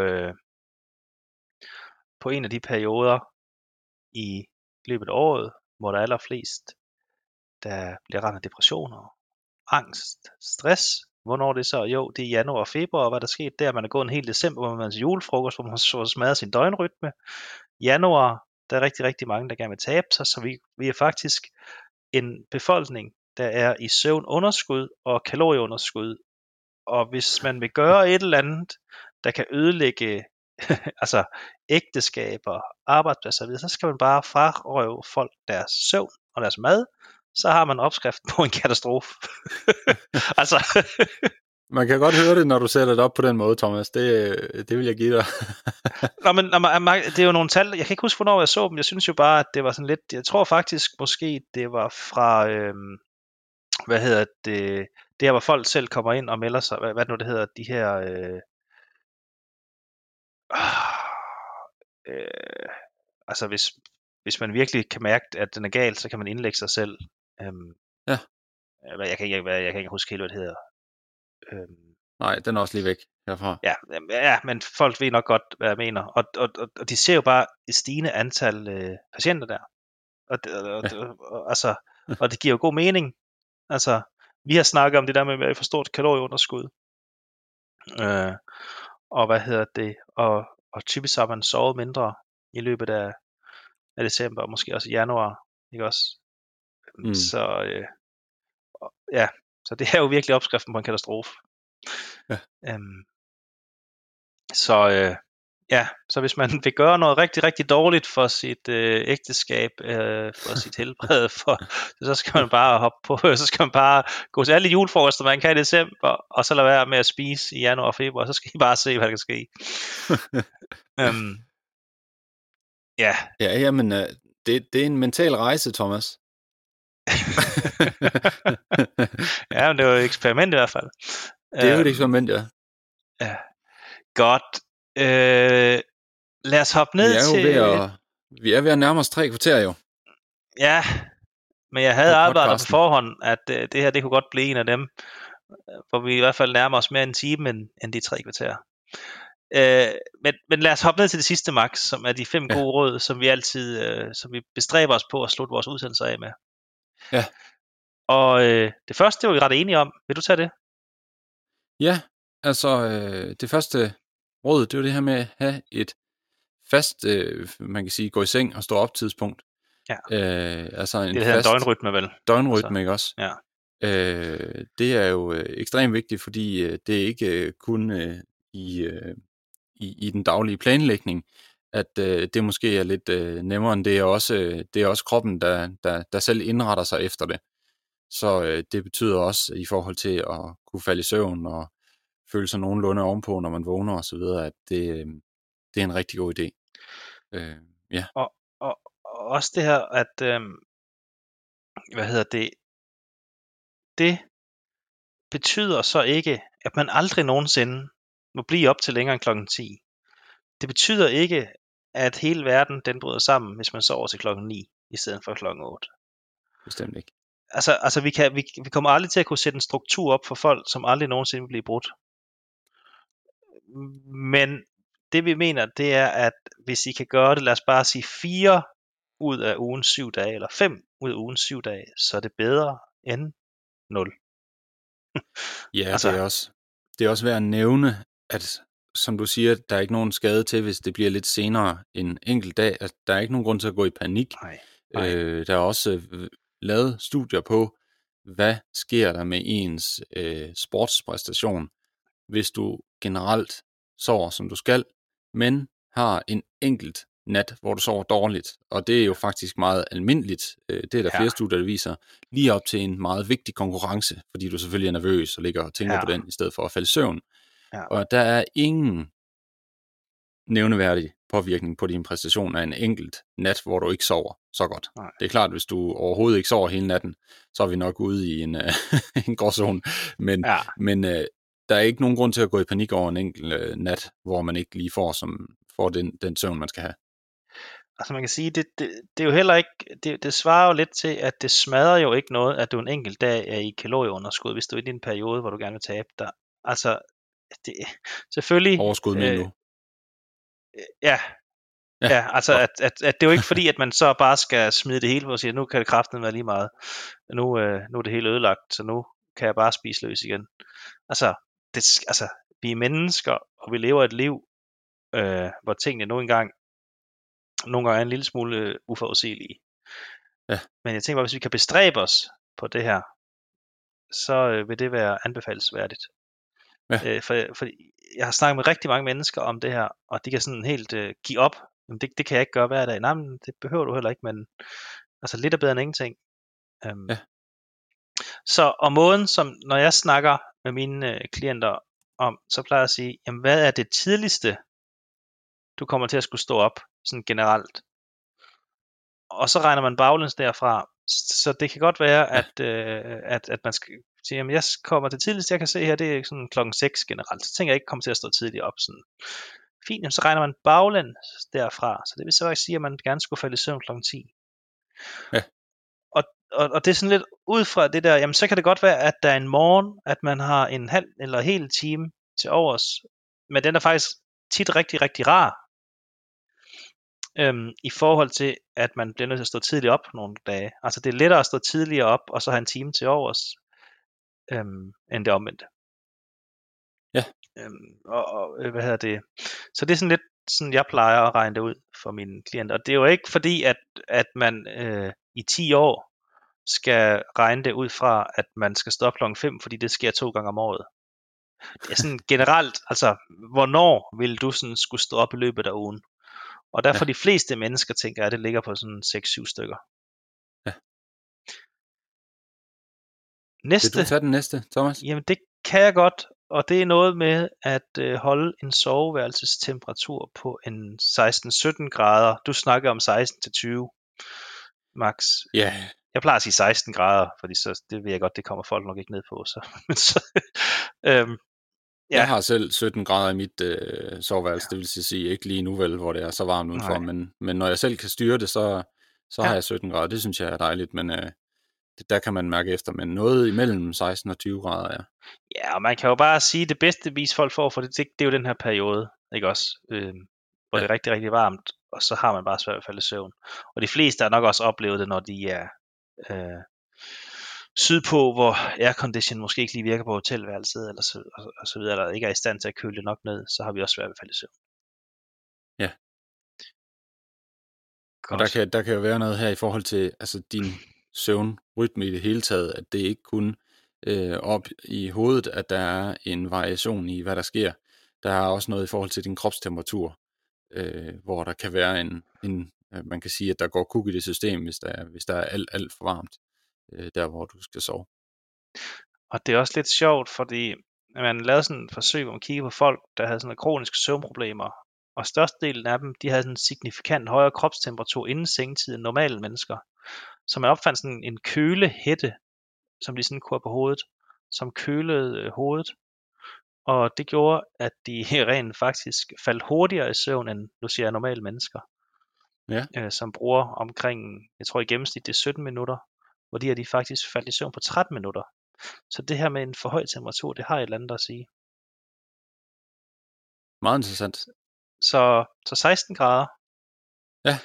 på en af de perioder i løbet af året, hvor der er allerflest, der bliver ramt af depressioner, angst, stress. Hvornår det så? Jo, det er januar og februar, og hvad der skete der? Man er gået en hel december, hvor man har julefrokost, hvor man har smadret sin døgnrytme. Januar, der er rigtig, rigtig mange, der gerne vil tabe sig, så vi er faktisk en befolkning, der er i søvnunderskud og kalorieunderskud. Og hvis man vil gøre et eller andet, der kan ødelægge altså ægteskaber, arbejdspladser, så skal man bare frarøve folk deres søvn og deres mad, så har man opskriften på en katastrofe. Altså. Man kan godt høre det, når du sætter det op på den måde, Thomas. Det vil jeg give dig. Det er jo nogle tal, jeg kan ikke huske, hvornår jeg så dem. Jeg synes jo bare, at det var sådan lidt, jeg tror faktisk måske, det var fra, det her, hvor folk selv kommer ind og melder sig, hvad nu det hedder, de her, altså hvis man virkelig kan mærke, at den er gal, så kan man indlægge sig selv. Ja. Jeg kan ikke huske helt, hvad det hedder. Nej, den er også lige væk herfra. Ja, men folk ved nok godt, hvad jeg mener. Og de ser jo bare et stigende antal patienter der. Og det giver jo god mening. Altså, vi har snakket om det der med at være for stort kalorieunderskud. Og typisk har man sovet mindre i løbet af december, og måske også i januar, ikke også? Så det er jo virkelig opskriften på en katastrofe. Ja. Så hvis man vil gøre noget rigtig, rigtig dårligt for sit ægteskab, for sit helbred, så skal man bare hoppe på, så skal man bare gå til alle julefrokoster, man kan i december, og så lade være med at spise i januar og februar, så skal I bare se, hvad der kan ske. Ja, jamen, det er en mental rejse, Thomas. Ja, men det var et eksperiment i hvert fald. Det er jo et eksperiment, ja. Ja. Godt. Lad os hoppe ned til... Vi er ved at nærme os 3 kvarter jo. Ja, men jeg havde arbejdet på forhånd, at det her, det kunne godt blive en af dem, hvor vi i hvert fald nærmer os mere en time end de 3 kvarter. Men lad os hoppe ned til det sidste, Max, som er de 5 gode råd, som vi altid som vi bestræber os på at slutte vores udsendelser af med. Ja. Og det første, det var vi ret enige om. Vil du tage det? Ja, altså det første råd, det var det her med at have et fast, man kan sige, gå i seng og stå op tidspunkt. Ja. Altså en det hedder fast en døgnrytme, vel? Døgnrytme, ikke også? Ja. Det er jo ekstremt vigtigt, fordi det er ikke kun i den daglige planlægning, at det måske er lidt nemmere, end det er også kroppen, der selv indretter sig efter det. Så det betyder også i forhold til at kunne falde i søvn og føle sig nogenlunde ovenpå, når man vågner og så videre, at det er en rigtig god idé. Ja. Og også det her, at det betyder så ikke, at man aldrig nogensinde må blive op til længere end klokken 10. Det betyder ikke, at hele verden den bryder sammen, hvis man sover til klokken 9 i stedet for klokken 8. Bestemt ikke. Altså vi kommer aldrig til at kunne sætte en struktur op for folk, som aldrig nogensinde vil blive brudt. Men det vi mener, det er, at hvis I kan gøre det, lad os bare sige 4 ud af ugens 7 dage, eller 5 ud af ugens 7 dage, så er det bedre end 0. Ja, altså, det er også værd at nævne, at som du siger, der er ikke nogen skade til, hvis det bliver lidt senere en enkelt dag. Altså, der er ikke nogen grund til at gå i panik. Nej. Der er også lavet studier på, hvad sker der med ens sportspræstation, hvis du generelt sover, som du skal, men har en enkelt nat, hvor du sover dårligt. Og det er jo faktisk meget almindeligt. Det er der flere studier, der viser. Lige op til en meget vigtig konkurrence, fordi du selvfølgelig er nervøs og ligger og tænker på den, i stedet for at falde i søvn. Ja. Og der er ingen nævneværdig påvirkning på din præstation af en enkelt nat, hvor du ikke sover så godt. Nej. Det er klart, hvis du overhovedet ikke sover hele natten, så er vi nok ude i en gråzone. Men der er ikke nogen grund til at gå i panik over en enkelt nat, hvor man ikke lige får den søvn, man skal have. Altså man kan sige, det er jo heller ikke, det svarer jo lidt til, at det smadrer jo ikke noget, at du en enkelt dag er i kalorieunderskud, hvis du er i din periode, hvor du gerne vil tabe dig. Altså, det selvfølgelig... Overskud med nu. Ja, altså at det er jo ikke fordi, at man så bare skal smide det hele på og sige, nu kan det kraften være lige meget. Nu er det hele ødelagt, så nu kan jeg bare spise løs igen. Altså, vi er mennesker, og vi lever et liv, hvor tingene nogle gange er en lille smule uforudsigelige. Ja. Men jeg tænker bare, hvis vi kan bestræbe os på det her, så vil det være anbefalesværdigt. Ja. For jeg har snakket med rigtig mange mennesker om det her, og de kan sådan helt give op. Men det kan jeg ikke gøre hver dag. Nej, men det behøver du heller ikke, men altså lidt er bedre end ingenting. Ja. Så og måden, som når jeg snakker med mine klienter om, så plejer jeg at sige, jamen hvad er det tidligste, du kommer til at skulle stå op, sådan generelt? Og så regner man baglæns derfra. Så det kan godt være, at man skal sige, jamen jeg kommer til tidligst, jeg kan se her, det er sådan klokken 6 generelt. Så tænker jeg ikke komme til at stå tidligt op. Sådan. Fint, jamen, så regner man baglæns derfra. Så det vil så ikke sige, at man gerne skulle falde i søvn klokken 10. Ja. Og det er sådan lidt ud fra det der, jamen så kan det godt være, at der er en morgen, at man har en halv eller hel time til overs. Men den er faktisk tit rigtig, rigtig rar. I forhold til, at man bliver nødt til at stå tidligt op nogle dage. Altså det er lettere at stå tidligere op, og så have en time til overs, end det omvendte. Ja. Så det er sådan lidt, sådan jeg plejer at regne det ud for mine klienter. Og det er jo ikke fordi, at man i 10 år skal regne det ud fra, at man skal stå op klokken 5, fordi det sker 2 gange om året. Det er sådan generelt, altså hvornår vil du sådan skulle stå op i løbet af ugen? Og derfor de fleste mennesker tænker, at det ligger på sådan 6-7 stykker. Ja. Vil du tage den næste, Thomas? Jamen det kan jeg godt, og det er noget med at holde en soveværelsestemperatur på en 16-17 grader. Du snakker om 16-20 max. Ja. Yeah. Jeg plejer at sige 16 grader, fordi så det ved jeg godt, det kommer folk nok ikke ned på. Så. Ja. Jeg har selv 17 grader i mit soveværelse, det vil sige ikke lige nu vel, hvor det er så varmt udenfor, men når jeg selv kan styre det, så har jeg 17 grader. Det synes jeg er dejligt, men der kan man mærke efter, men noget imellem 16 og 20 grader, ja. Ja, og man kan jo bare sige, at det bedste vis folk får for det er jo den her periode, ikke også? Hvor det er rigtig, rigtig varmt, og så har man bare svært at falde i søvn. Og de fleste har nok også oplevet det, når de er sydpå, hvor aircondition måske ikke lige virker på hotelværelset, eller så videre, eller ikke er i stand til at køle det nok ned, så har vi også svært ved at falde i søvn. Ja. Godt. Og der kan jo være noget her i forhold til altså din søvnrytme i det hele taget, at det ikke kun op i hovedet, at der er en variation i, hvad der sker. Der er også noget i forhold til din kropstemperatur. hvor der kan være man kan sige, at der går kuk i det system, hvis der er alt for varmt, der hvor du skal sove. Og det er også lidt sjovt, fordi man lavede sådan et forsøg, hvor man kiggede på folk, der havde sådan kroniske søvnproblemer, og størstedelen af dem, de havde sådan en signifikant højere kropstemperatur inden sengetid end normale mennesker. Så man opfandt sådan en kølehætte, som de sådan kunne have på hovedet, som kølede hovedet, og det gjorde, at de rent faktisk faldt hurtigere i søvn end, nu siger jeg, normale mennesker, som bruger omkring, jeg tror i gennemsnit det er 17 minutter, hvor de faktisk faldt i søvn på 13 minutter. Så det her med en for høj temperatur, det har et eller andet at sige. Meget interessant. Så 16 grader. Ja.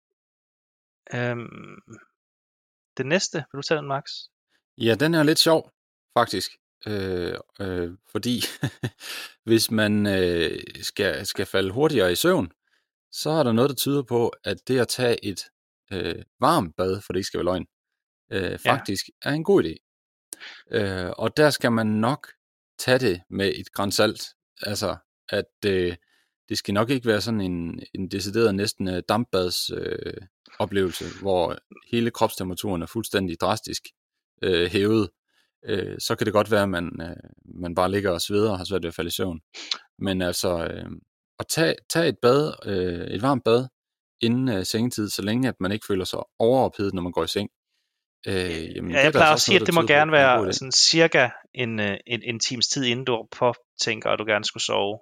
Det næste, vil du tage den, Max? Ja, den er lidt sjov, faktisk. Fordi hvis man skal falde hurtigere i søvn, så er der noget, der tyder på, at det at tage et varmt bad, for det ikke skal være løgn, faktisk er en god idé. Og der skal man nok tage det med et gran salt. Altså, at det skal nok ikke være sådan en decideret næsten dampbads oplevelse, hvor hele kropstemperaturen er fuldstændig drastisk hævet. Så kan det godt være, at man bare ligger og sveder og har svært ved at falde i søvn. Men altså, at tage et bad, et varmt bad inden sengetid, så længe at man ikke føler sig overophedet, når man går i seng. Jamen, jeg plejer at sige, at det må gerne være sådan cirka en times tid, inden du påtænker, at du gerne skulle sove.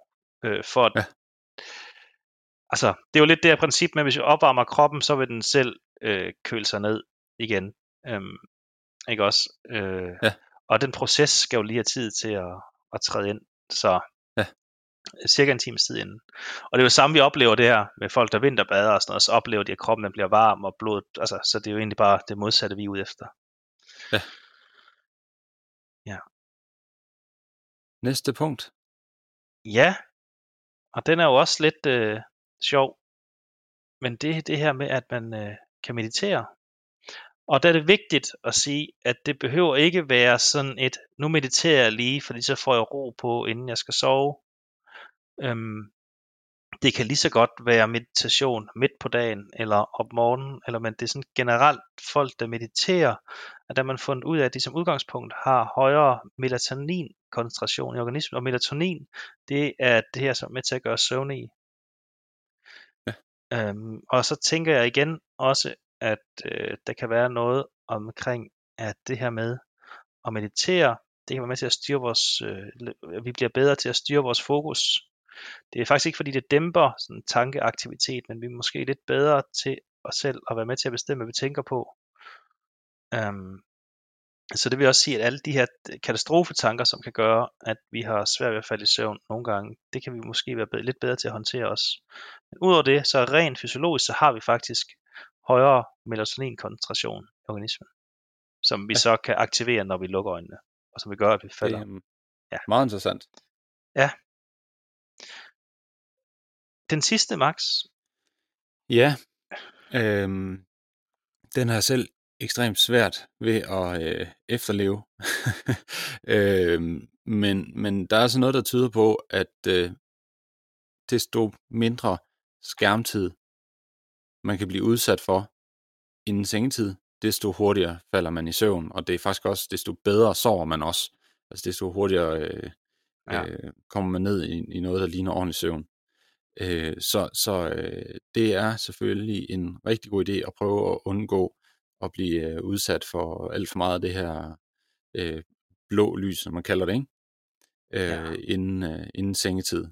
Altså, det er jo lidt det her princip med, at hvis vi opvarmer kroppen, så vil den selv køle sig ned igen. Ikke også? Og den proces skal jo lige have tid til at træde ind. Så cirka en times tid inden. Og det er jo samme, vi oplever det her med folk, der vinterbader og sådan noget, så oplever de, at kroppen den bliver varm og blodet, altså, så det er jo egentlig bare det modsatte, vi er ude efter. Ja. Næste punkt. Ja, og den er jo også lidt sjov, men det er det her med, at man kan meditere. Og der er det vigtigt at sige, at det behøver ikke være sådan et, nu mediterer jeg lige, fordi så får jeg ro på, inden jeg skal sove. Det kan lige så godt være meditation midt på dagen eller om morgenen, eller men det er sådan generelt folk, der mediterer, at der man fundet ud af, at de som udgangspunkt har højere melatonin-koncentration i organismen, og melatonin, det er det her, som er med til at gøre søvn i. Og så tænker jeg igen også, at der kan være noget omkring, at det her med at meditere, det kan være med til at styre vores, vi bliver bedre til at styre vores fokus. Det er faktisk ikke fordi det dæmper sådan tankeaktivitet, men vi er måske lidt bedre til os selv at være med til at bestemme, hvad vi tænker på. Så det vil også sige, at alle de her katastrofetanker, som kan gøre, at vi har svært ved at falde i søvn nogle gange, det kan vi måske være lidt bedre til at håndtere også. Men udover det, så rent fysiologisk, så har vi faktisk højere melatoninkoncentration i organismen, som vi så kan aktivere, når vi lukker øjnene, og som vi gør, at vi falder. Det er meget interessant. Ja. Den sidste, Max? Ja, den har jeg selv ekstremt svært ved at efterleve. Men der er altså noget, der tyder på, at desto mindre skærmtid man kan blive udsat for inden sengetid, desto hurtigere falder man i søvn, og det er faktisk også, desto bedre sover man også. Altså desto hurtigere kommer man ned i noget, der ligner ordentlig søvn. Så det er selvfølgelig en rigtig god idé at prøve at undgå at blive udsat for alt for meget af det her blå lys, som man kalder det, ikke? Inden sengetid.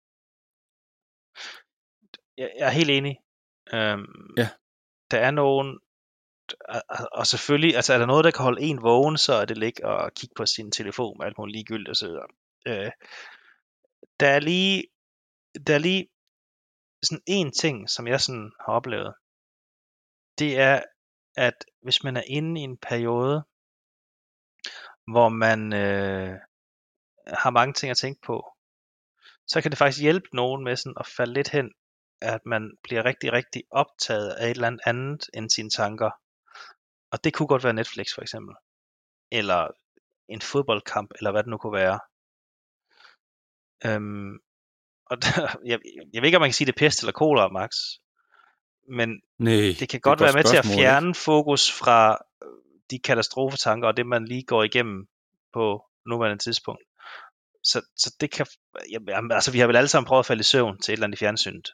Jeg er helt enig. Der er nogen, og selvfølgelig, altså er der noget, der kan holde en vågen, så er det ligge og kigge på sin telefon med alt muligt ligegyldigt og så videre. Der er lige sådan en ting, som jeg sådan har oplevet. Det er, at hvis man er inde i en periode, hvor man har mange ting at tænke på, så kan det faktisk hjælpe nogen med sådan at falde lidt hen, at man bliver rigtig, rigtig optaget af et eller andet end sine tanker. Og det kunne godt være Netflix for eksempel. Eller en fodboldkamp, eller hvad det nu kunne være. og jeg ved ikke, om man kan sige det pest eller kolera, Max, men Nej, det kan godt være med til at fjerne fokus fra de katastrofetanker og det, man lige går igennem på nuværende tidspunkt. Så det kan, jamen, altså vi har vel alle sammen prøvet at falde i søvn til et eller andet i fjernsynet.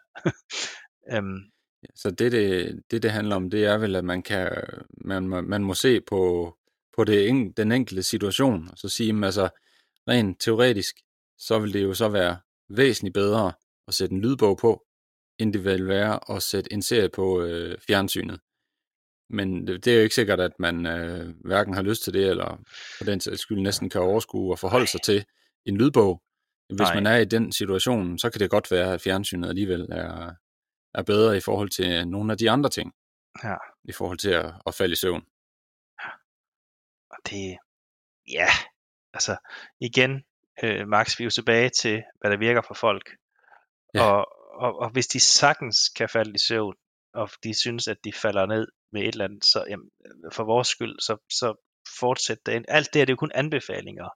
Så det handler om, det er vel, at man må se på den enkelte situation, og så sige, altså rent teoretisk, så vil det jo så være væsentligt bedre at sætte en lydbog på, end det vil være at sætte en serie på fjernsynet. Men det er jo ikke sikkert, at man hverken har lyst til det, eller på den sags skyld næsten kan overskue og forholde sig til en lydbog. Hvis man er i den situation, så kan det godt være, at fjernsynet alligevel er bedre i forhold til nogle af de andre ting. Ja. I forhold til at falde i søvn. Og det, ja, altså igen, Max, vi er jo tilbage til, hvad der virker for folk. Ja. Og hvis de sagtens kan falde i søvn, og de synes, at de falder ned med et eller andet, så jamen, for vores skyld, så fortsæt det. Alt det er jo kun anbefalinger.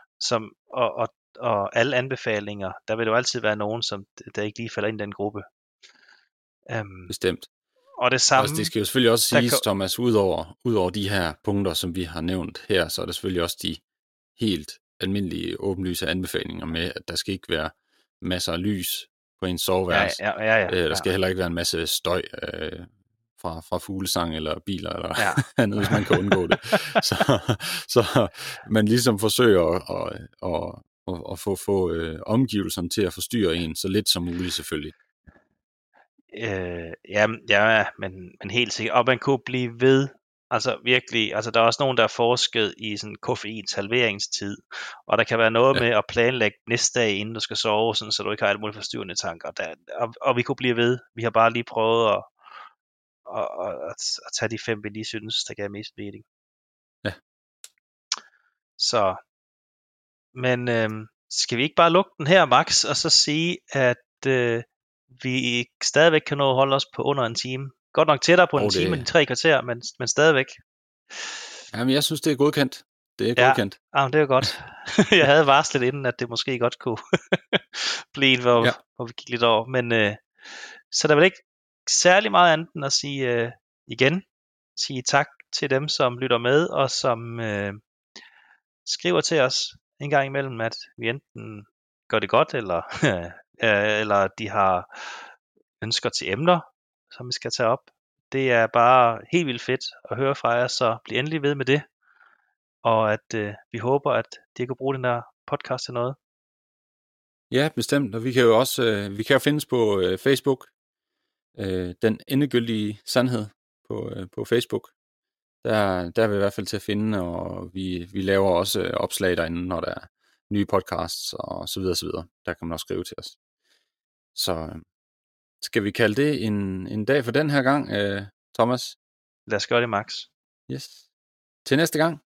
Og alle anbefalinger, der vil jo altid være nogen, som der ikke lige falder ind i den gruppe. Bestemt. Og det samme... Altså, det skal jo selvfølgelig også siges, Thomas, udover de her punkter, som vi har nævnt her, så er der selvfølgelig også de helt almindelige åbenlyse anbefalinger med, at der skal ikke være masser af lys på ens soveværelse. Der skal heller ikke være en masse støj fra fuglesang eller biler eller andet, hvis man kan undgå det. Så man ligesom forsøger at få omgivelserne til at forstyrre en så lidt som muligt selvfølgelig. Men helt sikkert. Og man kunne blive ved, altså virkelig, altså der er også nogen, der er forsket i sådan koffeins halveringstid, og der kan være noget med at planlægge næste dag, inden du skal sove, sådan, så du ikke har alle mulige forstyrrende tanker. Og vi kunne blive ved. Vi har bare lige prøvet at tage de 5, vi lige synes, der gav mest mening. Ja. Så, men skal vi ikke bare lukke den her, Max, og så sige, at vi stadigvæk kan nå at holde os på under en time. Godt nok tættere på en time end 3 kvarter, men stadigvæk. Jamen, jeg synes, det er godkendt. Det er godkendt. Ja, det er godt. Jeg havde varslet inden, at det måske godt kunne blive en, hvor vi gik lidt over. Men så der er vel ikke særlig meget andet end at sige sige tak til dem, som lytter med, og som skriver til os en gang imellem, at vi enten gør det godt, eller de har ønsker til emner, som vi skal tage op. Det er bare helt vildt fedt at høre fra jer, så bliv endelig ved med det. Og at vi håber, at de kan bruge den der podcast til noget. Ja, bestemt. Og vi kan jo også vi kan findes på Facebook. Den endegyldige sandhed på Facebook. Der er vi i hvert fald til at finde, og vi laver også opslag derinde, når der er nye podcasts og så videre, så videre. Der kan man også skrive til os. Så skal vi kalde det en dag for den her gang, Thomas? Lad os gøre det, Max. Yes. Til næste gang.